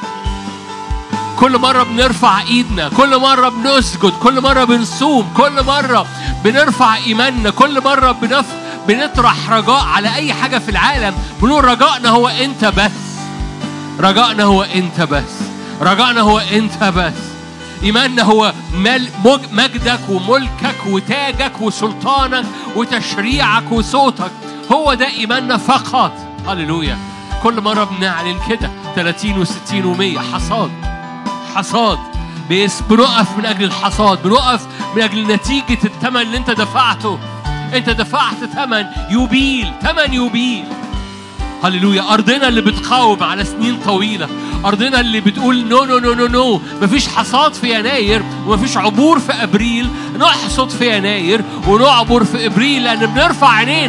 Speaker 1: كل مرة بنرفع إيدنا، كل مرة بنسجد، كل مرة بنصوم، كل مرة بنرفع إيماننا، كل مرة بنطرح رجاء على أي حاجة في العالم، بنقول رجائنا هو أنت بس، رجائنا هو أنت بس، رجائنا هو أنت بس. إيماننا هو مجدك وملكك وتاجك وسلطانك وتشريعك وصوتك، هو ده إيماننا فقط. هللويا. كل مرة بنعلن كده 30 و60 و100 حصاد بنقف من أجل الحصاد، بنقف من أجل نتيجة الثمن اللي أنت دفعته. أنت دفعت ثمن يبيل. هللويا. أرضنا اللي بتقاوم على سنين طويلة، أرضنا اللي بتقول نو نو نو نو نو، مفيش حصاد في يناير ومفيش عبور في أبريل، نحصد في يناير ونعبر في أبريل، لأن بنرفع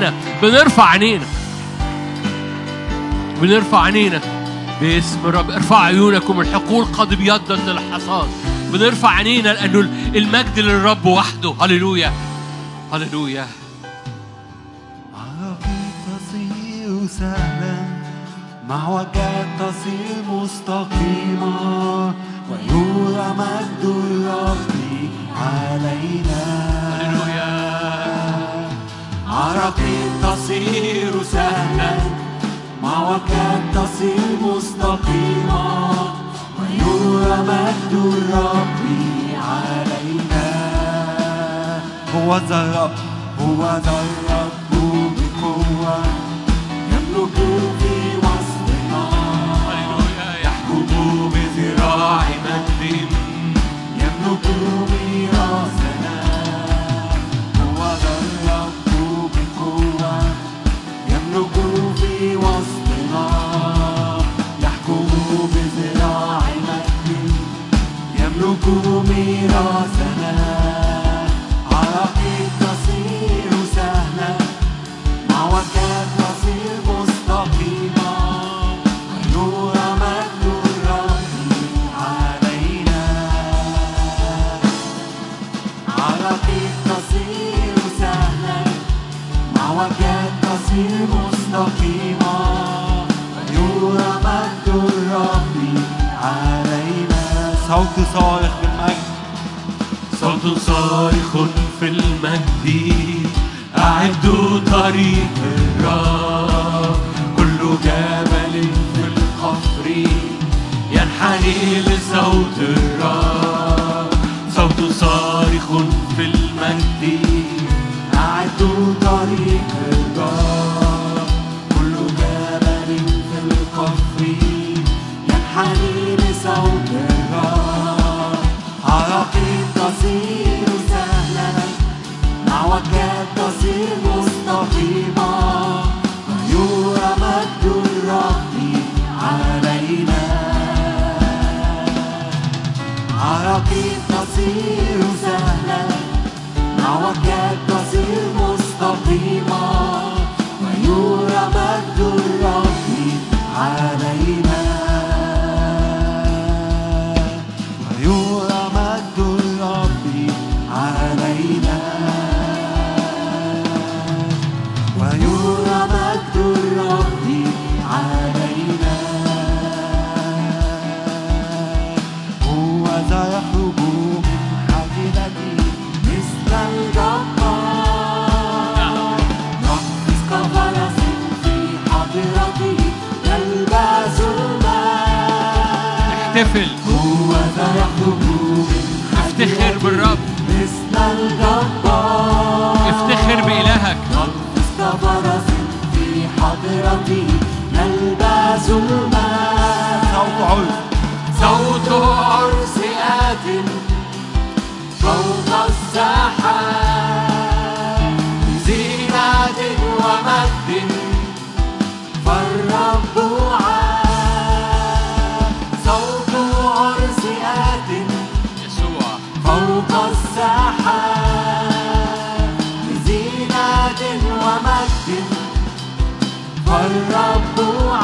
Speaker 1: عينينا باسم الرب. ارفع عيونكم، الحقول قد ابيضت للحصاد. بنرفع عينينا لأنه المجد للرب وحده. هللويا.
Speaker 2: تصير سهلا، معوجات تصير مستقيمة، ويرى مجد الرب علينا. عراقيل تصير سهلا، معوجات تصير مستقيمة، ويرى مجد الرب علينا. هو ذا الرب بقوة، يملك في وسطنا، يحكم بذراع مجد، يملك ميراثنا. هو ذا الرب بقوة، يملك في وسطنا، يحكم بذراع مجد، يملك ميراثنا. عراقيل تصير سهلا، معوجات تصير مستقيمة، ويرى مجد الرب علينا. عراقيل تصير سهلا، معوجات تصير مستقيمة، ويرى مجد الرب علينا. صوت صارخ بالمجد، صوت صارخ في المجد، أعدوا طريق الرب. كل جبل في القفر ينحني لصوت الرب. صوت صارخ في المجد، أعدوا طريق الرب. كل جبل في القفر ينحني لصوت الرب. عراقيل تصير سهلا، معوجات تصير مستقيمة، ويرى مجد الرب علينا. عراقيل تصير سهلا، معوجات تصير مستقيمة، ويرى مجد الرب وذا يخرج من حافلتي مثل الجبار نقفز كفرس في حضرته يلبس الماء
Speaker 1: احتفل
Speaker 2: وذا يخرج من
Speaker 1: افتخر بالرب
Speaker 2: مثل الجبار
Speaker 1: افتخر بإلهك
Speaker 2: نقفز كفرس في حضرته يلبس الماء صوت عرس آت فوق السحاب بزينة ومجد فالرب عاد صوت عرس آت
Speaker 1: يسوع
Speaker 2: فوق السحاب بزينة ومجد فالرب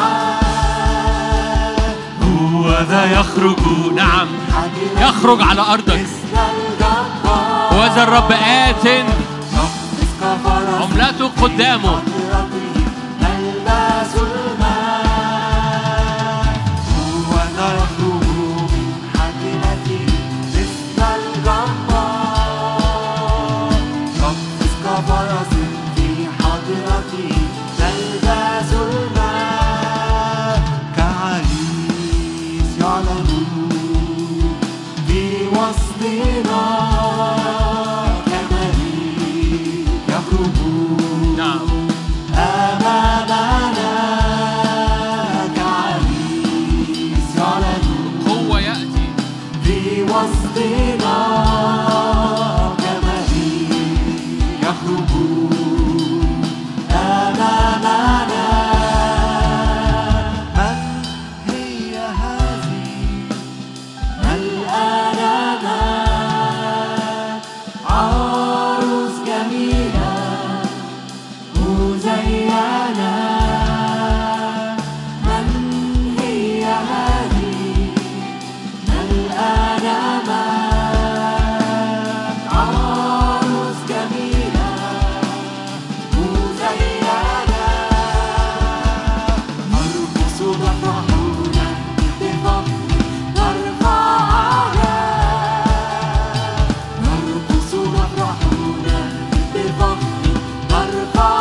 Speaker 2: عاد
Speaker 1: وذا يخرج نعم يخرج على أرضك وذا الرب آت عملته قدامه
Speaker 2: يلبس الماء وذا يخرج من حافلتي مثل الجبار نقفز كفرس في حضرتي يلبس الماء كعريس يعلن في وسطنا كمليك يخرج
Speaker 1: نعم
Speaker 2: أمامنا كعريس يعلن
Speaker 1: هو يأتي
Speaker 2: في وسطنا كمليك يخرج أمامنا من هي هذه الآلامة عروس جميلة مزينة من هي هذه الآلامة عروس جميلة مزينة نرقص نفرحون بفضل نرفع أعلام نرقص نفرحون بفضل نرفع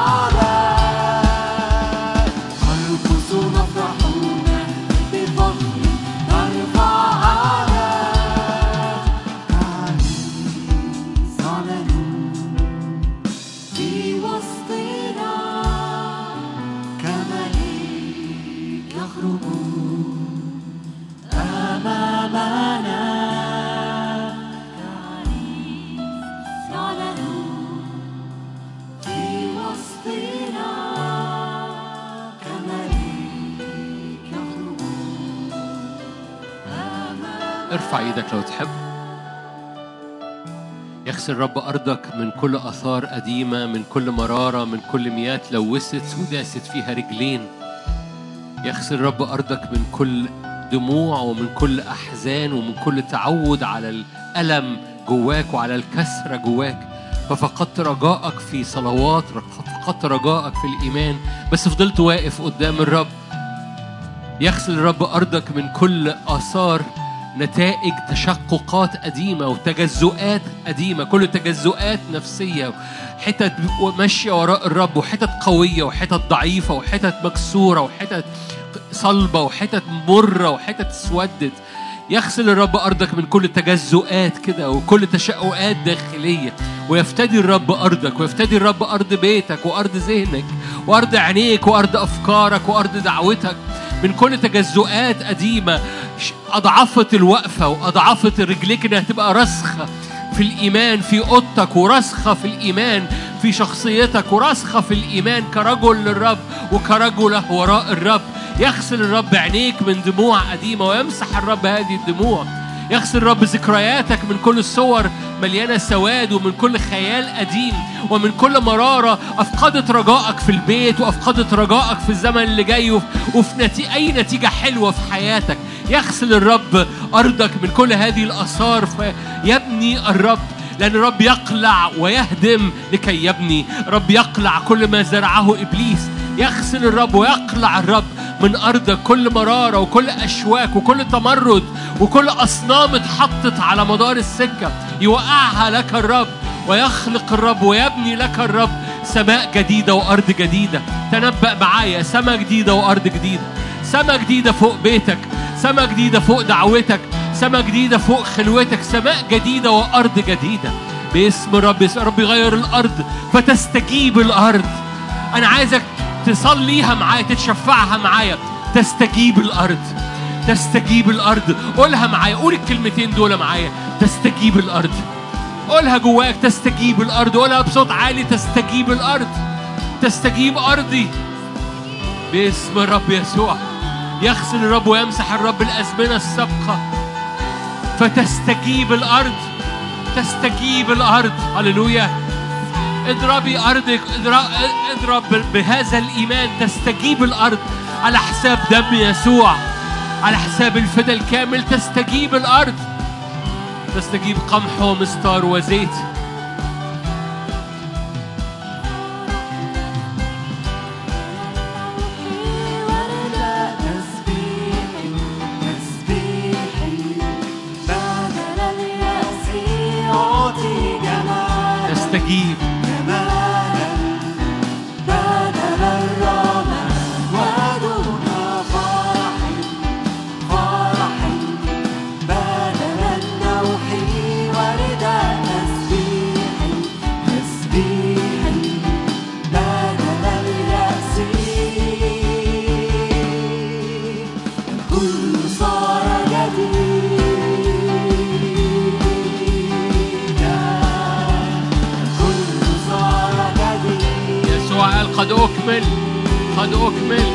Speaker 2: أعلام نرقص نفرحون بفضل نرفع أعلام كعريس يعلن في وسطنا كمليك يخرج أمامنا كعريس يعلن في وسطنا كمليك يخرج أمامنا
Speaker 1: ارفع ايدك لو تحب. يغسل رب أرضك من كل آثار قديمة، من كل مرارة، من كل مياه لوثت وداست فيها رجلين. يغسل رب أرضك من كل دموع ومن كل أحزان ومن كل تعود على الألم جواك وعلى الكسرة جواك، ففقدت رجائك في صلوات، فقدت رجائك في الإيمان، بس فضلت واقف قدام الرب. يغسل رب أرضك من كل آثار نتائج تشققات قديمة وتجزؤات قديمة، كل تجزؤات نفسية، حتت ماشية وراء الرب، وحتت قوية وحتت ضعيفة وحتت مكسورة وحتت صلبة وحتت مرة وحتت اسودت. يغسل الرب أرضك من كل تجزؤات كده وكل تشققات داخلية، ويفتدي الرب أرضك، ويفتدي الرب أرض بيتك وأرض ذهنك وأرض عينيك وأرض أفكارك وأرض دعوتك من كل تجزؤات قديمة أضعفت الوقفة وأضعفت رجليك إنها تبقى راسخة في الإيمان في أوضتك، وراسخة في الإيمان في شخصيتك، وراسخة في الإيمان كرجل للرب وكرجل وراء الرب. يغسل الرب عينيك من دموع قديمة ويمسح الرب هذه الدموع. يغسل الرب ذكرياتك من كل صور مليانة سواد ومن كل خيال قديم ومن كل مرارة أفقدت رجائك في البيت وأفقدت رجائك في الزمن اللي جاي وفي أي نتيجة حلوة في حياتك. يغسل الرب أرضك من كل هذه الآثار فيبني الرب، لأن الرب يقلع ويهدم لكي يبني. رب يقلع كل ما زرعه إبليس. يغسل الرب ويقلع الرب من أرضك كل مرارة وكل أشواك وكل تمرد وكل أصنام اتحطت على مدار السكة يوقعها لك الرب، ويخلق الرب ويبني لك الرب سماء جديدة وأرض جديدة. تنبأ معايا سماء جديدة وأرض جديدة، سماء جديدة فوق بيتك، سماء جديدة فوق دعوتك، سماء جديدة فوق خلوتك، سماء جديدة وأرض جديدة باسم الرب. رب يغير الأرض فتستجيب الأرض. أنا عايزك تصليها معايا، تتشفعها معايا. تستجيب الأرض، تستجيب الأرض. قولها معايا، قول الكلمتين دول معايا. تستجيب الأرض، قولها جواك. تستجيب الأرض، قولها بصوت عالي. تستجيب الأرض، تستجيب أرضي باسم الرب يسوع. يغسل الرب ويمسح الرب الأزمنة السابقة، فتستجيب الأرض، تستجيب الأرض. هللويا. اضربي أرضك، اضرب بهذا الإيمان. تستجيب الأرض على حساب دم يسوع، على حساب الفداء الكامل. تستجيب الأرض، تستجيب قمح ومستار وزيت. تستجيب قد أكمل، قد أكمل.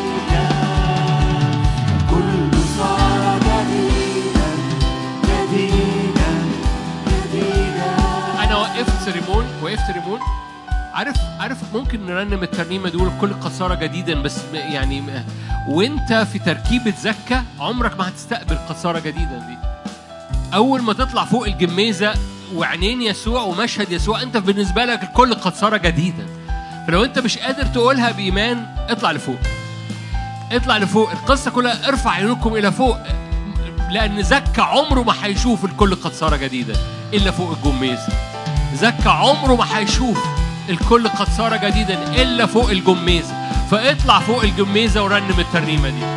Speaker 2: كل صار جديدا جديدا جديدا.
Speaker 1: أنا وقفت ريمون. عارف ممكن نرنم الترنيمة دي كل قد صار جديدا، بس يعني وانت في تركيبة زكا عمرك ما هتستقبل قد صار جديدا دي. أول ما تطلع فوق الجميزة وعينين يسوع ومشهد يسوع، انت بالنسبة لك الكل قد صار جديدا. فلو انت مش قادر تقولها بإيمان، اطلع لفوق، اطلع لفوق. القصة كلها ارفع عيونكم إلى فوق، لأن زكا عمره ما هيشوف الكل قد صار جديدا إلا فوق الجميزة. زكا عمره ما هيشوف الكل قد صار جديدا إلا فوق الجميزة. فاطلع فوق الجميزة ورنم الترنيمة دي.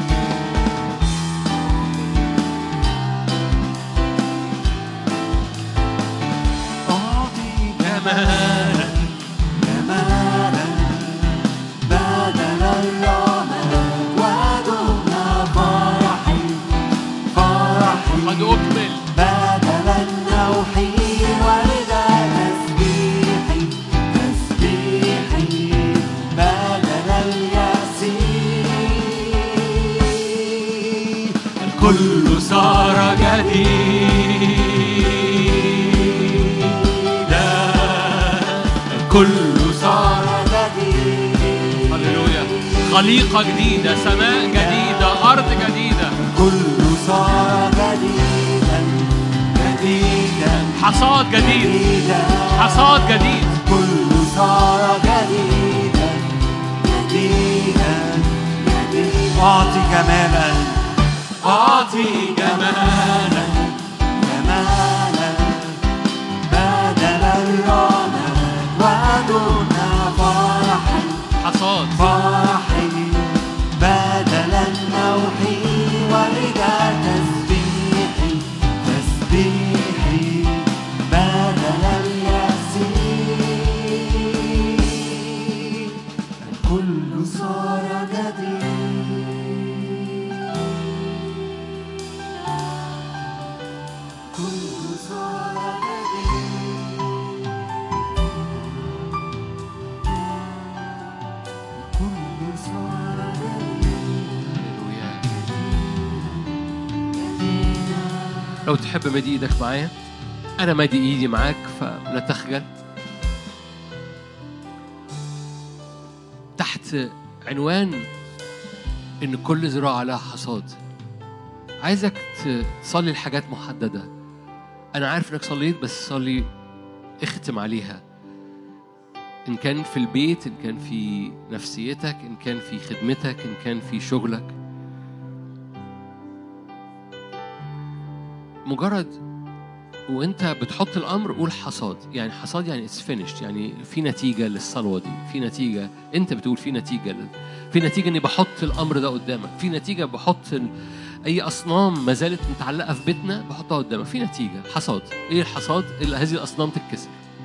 Speaker 2: أعطي جمالا جمالا بدل الرمل ودون فرحي فرحي.
Speaker 1: قد أكمل
Speaker 2: بدل النوح ورد تسبيحي تسبيحي بدل اليأس.
Speaker 1: الكل صار جديدا، الكل
Speaker 2: صار جديد.
Speaker 1: هللويا. خليقة جديدة، سماء جديدة، أرض جديدة.
Speaker 2: كل صار جديدا جديدا
Speaker 1: حصاد جديد،
Speaker 2: جديدا.
Speaker 1: حصاد جديد.
Speaker 2: كل صار جديدا جديدا جديدا. أعطي جمالا أعطي جمالا جمالا بدل الرمل ودون فرحي
Speaker 1: حصاد
Speaker 2: فرحي بدل النوح ورد تسبيحي تسبيحي بدل اليأس. الكل صار جديد. كل صار جديد. كل صار جديد.
Speaker 1: هللويا. لو تحب مد ايدك معايا، انا مادي ايدي معاك فلا تخجل. تحت عنوان ان كل زراعة لها حصاد، عايزك تصلي لحاجات محددة. انا عارف انك صليت، بس صلي اختم عليها. إن كان في البيت، إن كان في نفسيتك، إن كان في خدمتك، إن كان في شغلك. مجرد وانت بتحط الامر قول حصاد. يعني حصاد يعني it's finished، يعني في نتيجه للصلوه دي، في نتيجه. انت بتقول في نتيجه في نتيجه اني بحط الامر ده قدامك، في نتيجه بحط اي اصنام ما زالت متعلقه في بيتنا بحطها قدامك، في نتيجه حصاد. ايه الحصاد؟ اللي هذه الاصنام تتكسر.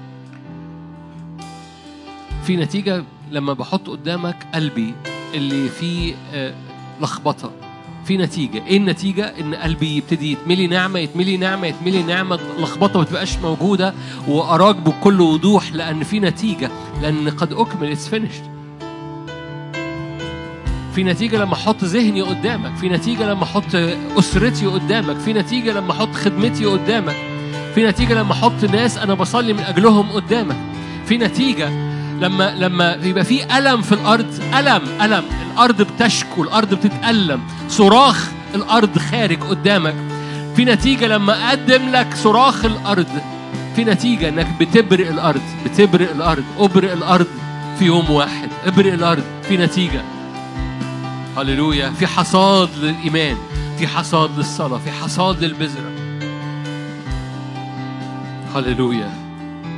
Speaker 1: في نتيجه لما بحط قدامك قلبي اللي فيه لخبطه. في نتيجة. إيه النتيجة؟ إن قلبي يبتدي يتملي نعمة، يتملي نعمة، يتملي نعمة، لخبطة ما تبقاش موجودة، وأراك بكل وضوح، لأن في نتيجة، لأن قد أكمل it's finished. في نتيجة لما أحط ذهني قدامك، في نتيجة لما أحط أسرتي قدامك، في نتيجة لما أحط خدمتي قدامك، في نتيجة لما أحط ناس أنا بصلي من أجلهم قدامك، في نتيجة لما يبقى في ألم في الأرض، ألم الأرض بتشكو، الأرض بتتألم، صراخ الأرض خارج قدامك. في نتيجة لما أقدم لك صراخ الأرض، في نتيجة إنك بتبرئ الأرض، بتبرئ الأرض. أبرئ الأرض في يوم واحد، ابرئ الأرض. في نتيجة. هللويا. في حصاد للإيمان، في حصاد للصلاة، في حصاد للبذرة. هللويا.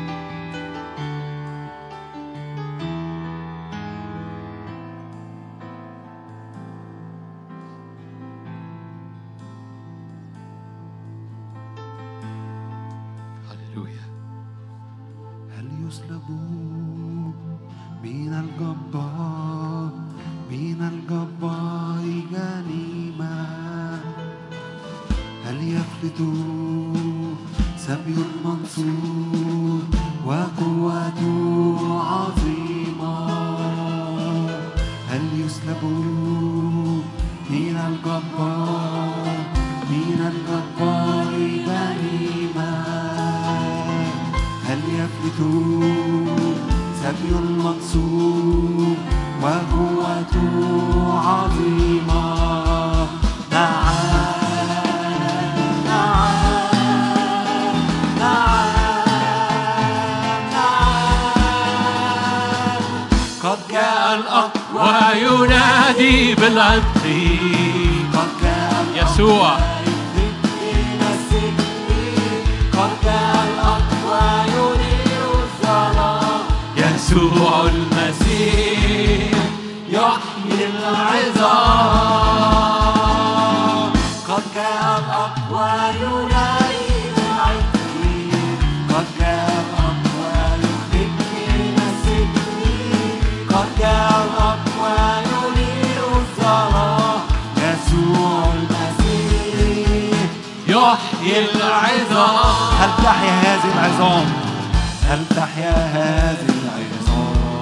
Speaker 2: من الجبار جنيمة، هل يفلت سبي المنصور وقوته عظيمة، هل يسلب من الجبار غنيمة، هل يفلت سبي المنصور وقوته عظيمة.
Speaker 1: قد جاء الأقوى ينادي بالعتق،
Speaker 2: قد جاء
Speaker 1: يسوع.
Speaker 2: قد جاء الأقوى ينير الظلام،
Speaker 1: يسوع المسيح
Speaker 2: يحيي العظام. قد جاء الأقوى ينادي بالعتق، قد جاء الأقوى يخرجني من السجن، قد جاء الأقوى ينير الظلام، يسوع المسيح
Speaker 1: يحيي العظام.
Speaker 2: هل تحيا هذه العظام؟ هل تحيا هذه العظام؟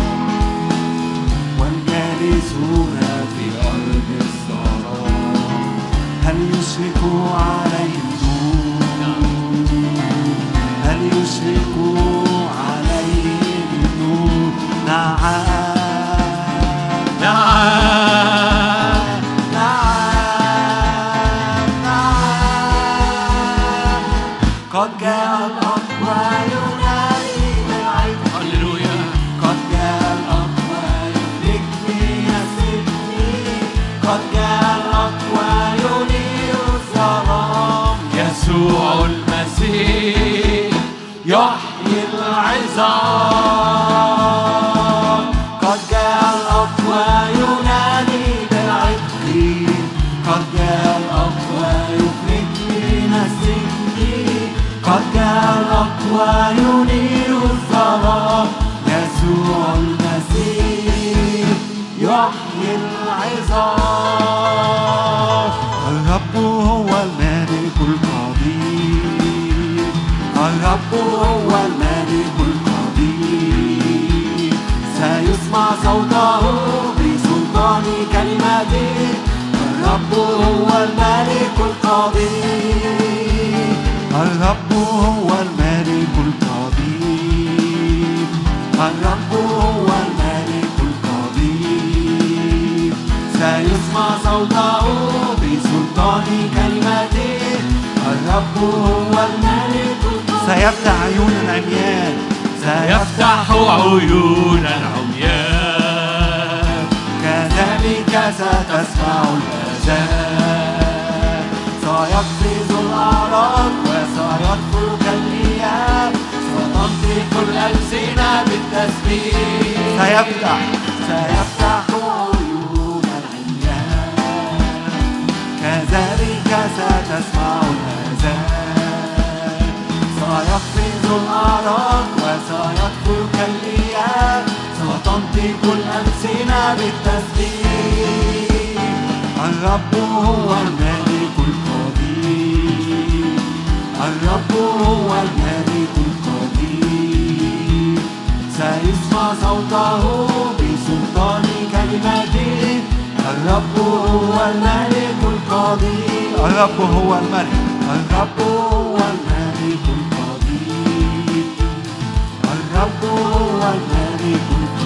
Speaker 2: والجالسون في أرض الظلام، هل يشرق عليهم النور؟ هل يشرق عليهم النور؟ نعم
Speaker 1: نعم
Speaker 2: نعم نعم. قد جاء الأقوى ينادي بالعتق،
Speaker 1: هللويا.
Speaker 2: قد جاء الأقوى يخرجني من السجن، قد جاء الأقوى ينير الظلام،
Speaker 1: يسوع المسيح
Speaker 2: يحيي العظام. قد جاء الأقوى ينادي بالعتق، قد جاء الأقوى يخرجني من السجن، قد جاء الأقوى ينير الظلام، يسوع المسيح يحيي العظام. الرب هو الملك القدير، الرب هو الملك القدير، سيسمع صوته بسلطان كلمته. الرب هو الملك القدير، الرب هو الملك القدير، الرب هو الملك القدير، سيسمع صوته بسلطان كلمته. الرب هو الملك القدير، سيفتح عيون العميان،
Speaker 1: سيفتح عيون العميان،
Speaker 2: كذلك ستسمع الآذان، سيقفز الأعراض وسيطفو كالمياه، ستنطق الألسنة بالتسبيح. سيفتح عيون العميان، كذلك ستسمع الآذان، سيقفز الأعراض وسيطفو كالمياه، ستنطق الألسنة بالتسبيح. الرب هو الملك القدير، الرب هو الملك القدير، سيسمع صوته بسلطان كلمته. الرب هو الملك القدير، الرب هو الملك، الرب هو الملك القدير، الرب هو الملك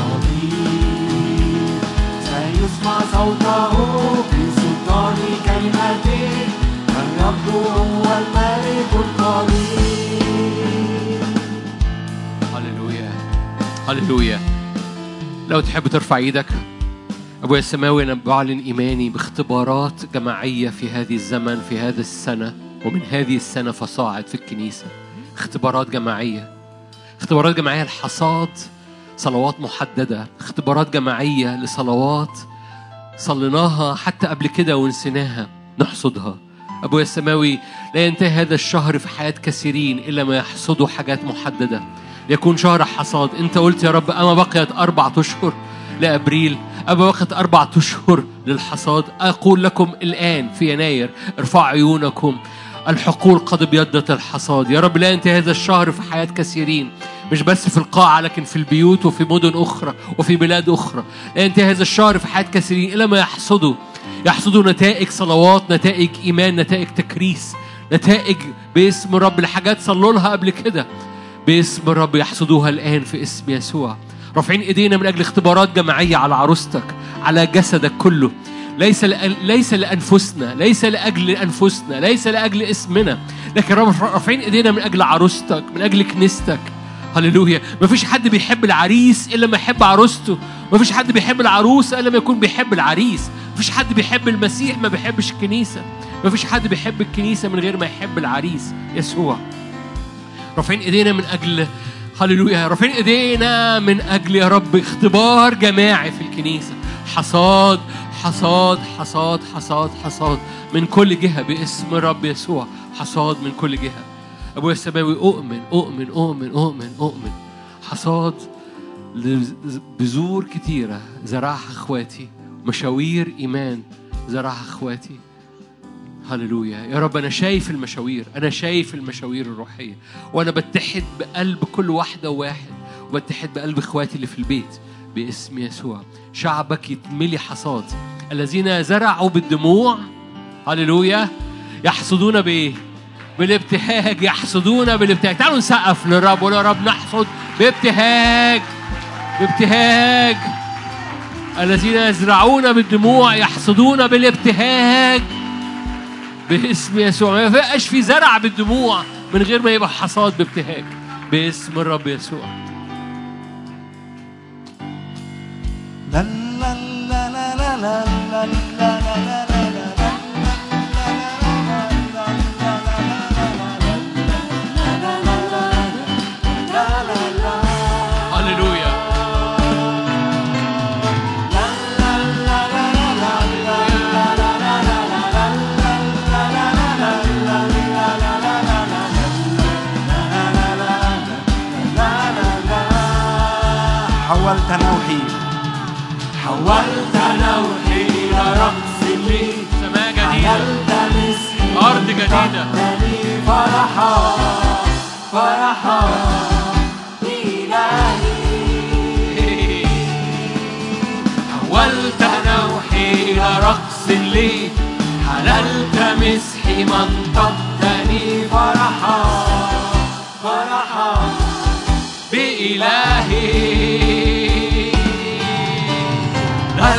Speaker 2: القدير، سيسمع صوته بسلطان كلمته. الرب هو الملك القدير.
Speaker 1: هللويا هللويا. لو تحب ترفع ايدك. أبويا السماوي، أنا بعلن إيماني باختبارات جماعية في هذه الزمن، في هذه السنة ومن هذه السنة فصاعد في الكنيسة. اختبارات جماعية، اختبارات جماعية لحصاد صلوات محددة، اختبارات جماعية لصلوات صليناها حتى قبل كده ونسيناها نحصدها. أبويا السماوي، لا ينتهي هذا الشهر في حياة كثيرين إلا ما يحصدوا حاجات محددة، يكون شهر حصاد. أنت قلت يا رب أما بقيت 4 أشهر لأبريل، أما بقيت 4 أشهر للحصاد. أقول لكم الآن في يناير ارفعوا عيونكم، الحقول قد ابيضت الحصاد. يا رب لا ينتهي هذا الشهر في حياة كثيرين، مش بس في القاعة لكن في البيوت وفي مدن أخرى وفي بلاد أخرى. لا ينتهي هذا الشهر في حياة كثيرين إلا ما يحصدوا نتائج صلوات، نتائج إيمان، نتائج تكريس، نتائج باسم الرب لحاجات صلوا لها قبل كده. باسم الرب يحصدوها الآن في اسم يسوع. رافعين ايدينا من اجل اختبارات جماعيه على عروستك، على جسدك كله، ليس لانفسنا، ليس لاجل انفسنا، ليس لاجل اسمنا، لكن رافعين ايدينا من اجل عروستك، من اجل كنيستك. هللويا. مفيش حد بيحب العريس الا ما يحب عروسته، مفيش حد بيحب العروس الا ما يكون بيحب العريس، مفيش حد بيحب المسيح ما بيحبش الكنيسه، مفيش حد بيحب الكنيسه من غير ما يحب العريس يسوع. رافعين ايدينا من اجل هللويا، رافعين ايدينا من اجل يا رب اختبار جماعي في الكنيسه، حصاد حصاد حصاد حصاد حصاد من كل جهه باسم الرب يسوع، حصاد من كل جهه. ابويا السماوي، اؤمن اؤمن اؤمن اؤمن اؤمن حصاد بذور كتيره زرعها اخواتي، مشاوير ايمان زرعها اخواتي. هللويا يا رب. أنا شايف المشاوير، أنا شايف المشاوير الروحية، وأنا بتحد بقلب كل واحدة وواحد، وبتحد بقلب إخواتي اللي في البيت باسم يسوع. شعبك يتملي حصاد. الذين زرعوا بالدموع هللويا يحصدون بإيه؟ بالابتهاج. يحصدون بالابتهاج. تعالوا نسقف للرب ولا رب نحصد بابتهاج، بابتهاج. الذين يزرعون بالدموع يحصدون بالابتهاج باسم يسوع. ما يبقاش في زرع بالدموع من غير ما يبقى حصاد بابتهاج باسم الرب يسوع.
Speaker 2: لا لا لا لا لا لا لا لا لا. حولت نوحي إلى رقص لي،
Speaker 1: سماء جديدة، أرض جديدة،
Speaker 2: فرحا فرحا إلهي.
Speaker 1: حولت نوحي إلى رقص لي، حللت مسحي منطقتني
Speaker 2: فرحا فرحا
Speaker 1: بإلهي. لا لا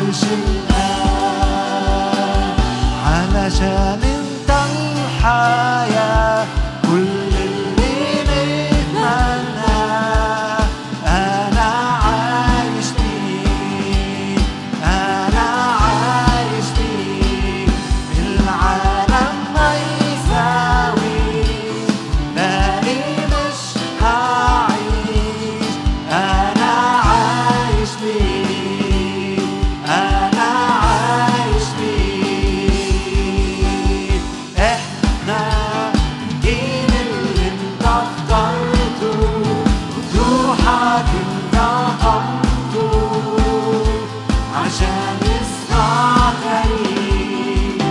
Speaker 2: عايش الآن علشان انت الحياة كل اللي نتمناه أنا عايش فيك أنا عايش فيك العالم ما يساويش تاني مش هعيش أنا عايش فيك أنا عايش فيك إحنا جيل اللي انت اخترته وروحك انت قمته عشان نسمع غريب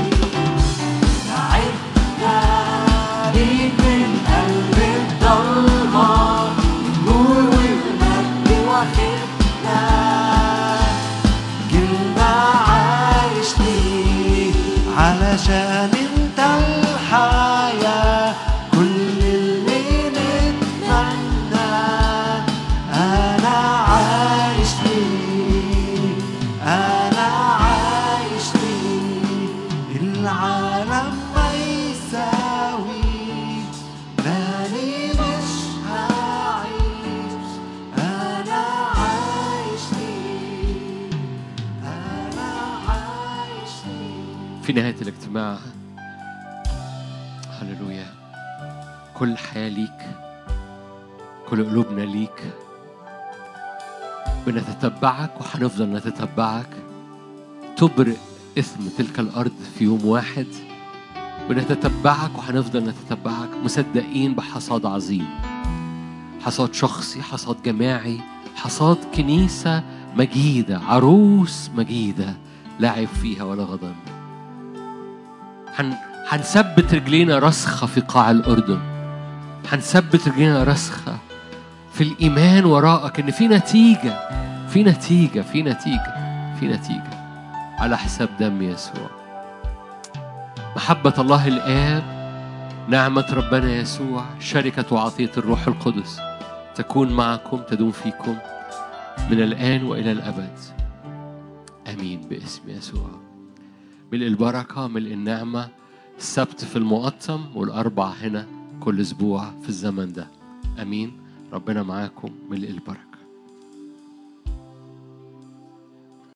Speaker 2: تعبنا ليك من قلب الضلمة النور والمجد واخدنا جيلنا عايش ليك علشان انت الحياة كل اللي نتمناه أنا عايش ليك أنا عايش ليك العالم ما يساويش مالي مش هعيش أنا عايش ليك أنا عايش ليك.
Speaker 1: في نهاية الاجتماع هللويا كل حياة ليك كل قلوبنا ليك بنتتبعك وهنفضل نتتبعك تبرئ إثم تلك الأرض في يوم واحد ونتتبعك وهنفضل نتتبعك مصدقين بحصاد عظيم حصاد شخصي حصاد جماعي حصاد كنيسة مجيدة عروس مجيدة لا عيب فيها ولا غضب هنثبت رجلينا رسخة في قاع الأردن هنثبت رجلينا رسخة في الإيمان وراءك إن في نتيجة في نتيجة في نتيجة في نتيجة على حساب دم يسوع محبة الله الآب نعمة ربنا يسوع شركة وعطية الروح القدس تكون معكم تدوم فيكم من الآن وإلى الأبد آمين باسم يسوع ملء البركة ملء النعمة السبت في المقطم والأربع هنا كل أسبوع في الزمن ده آمين ربنا معاكم ملء البركة.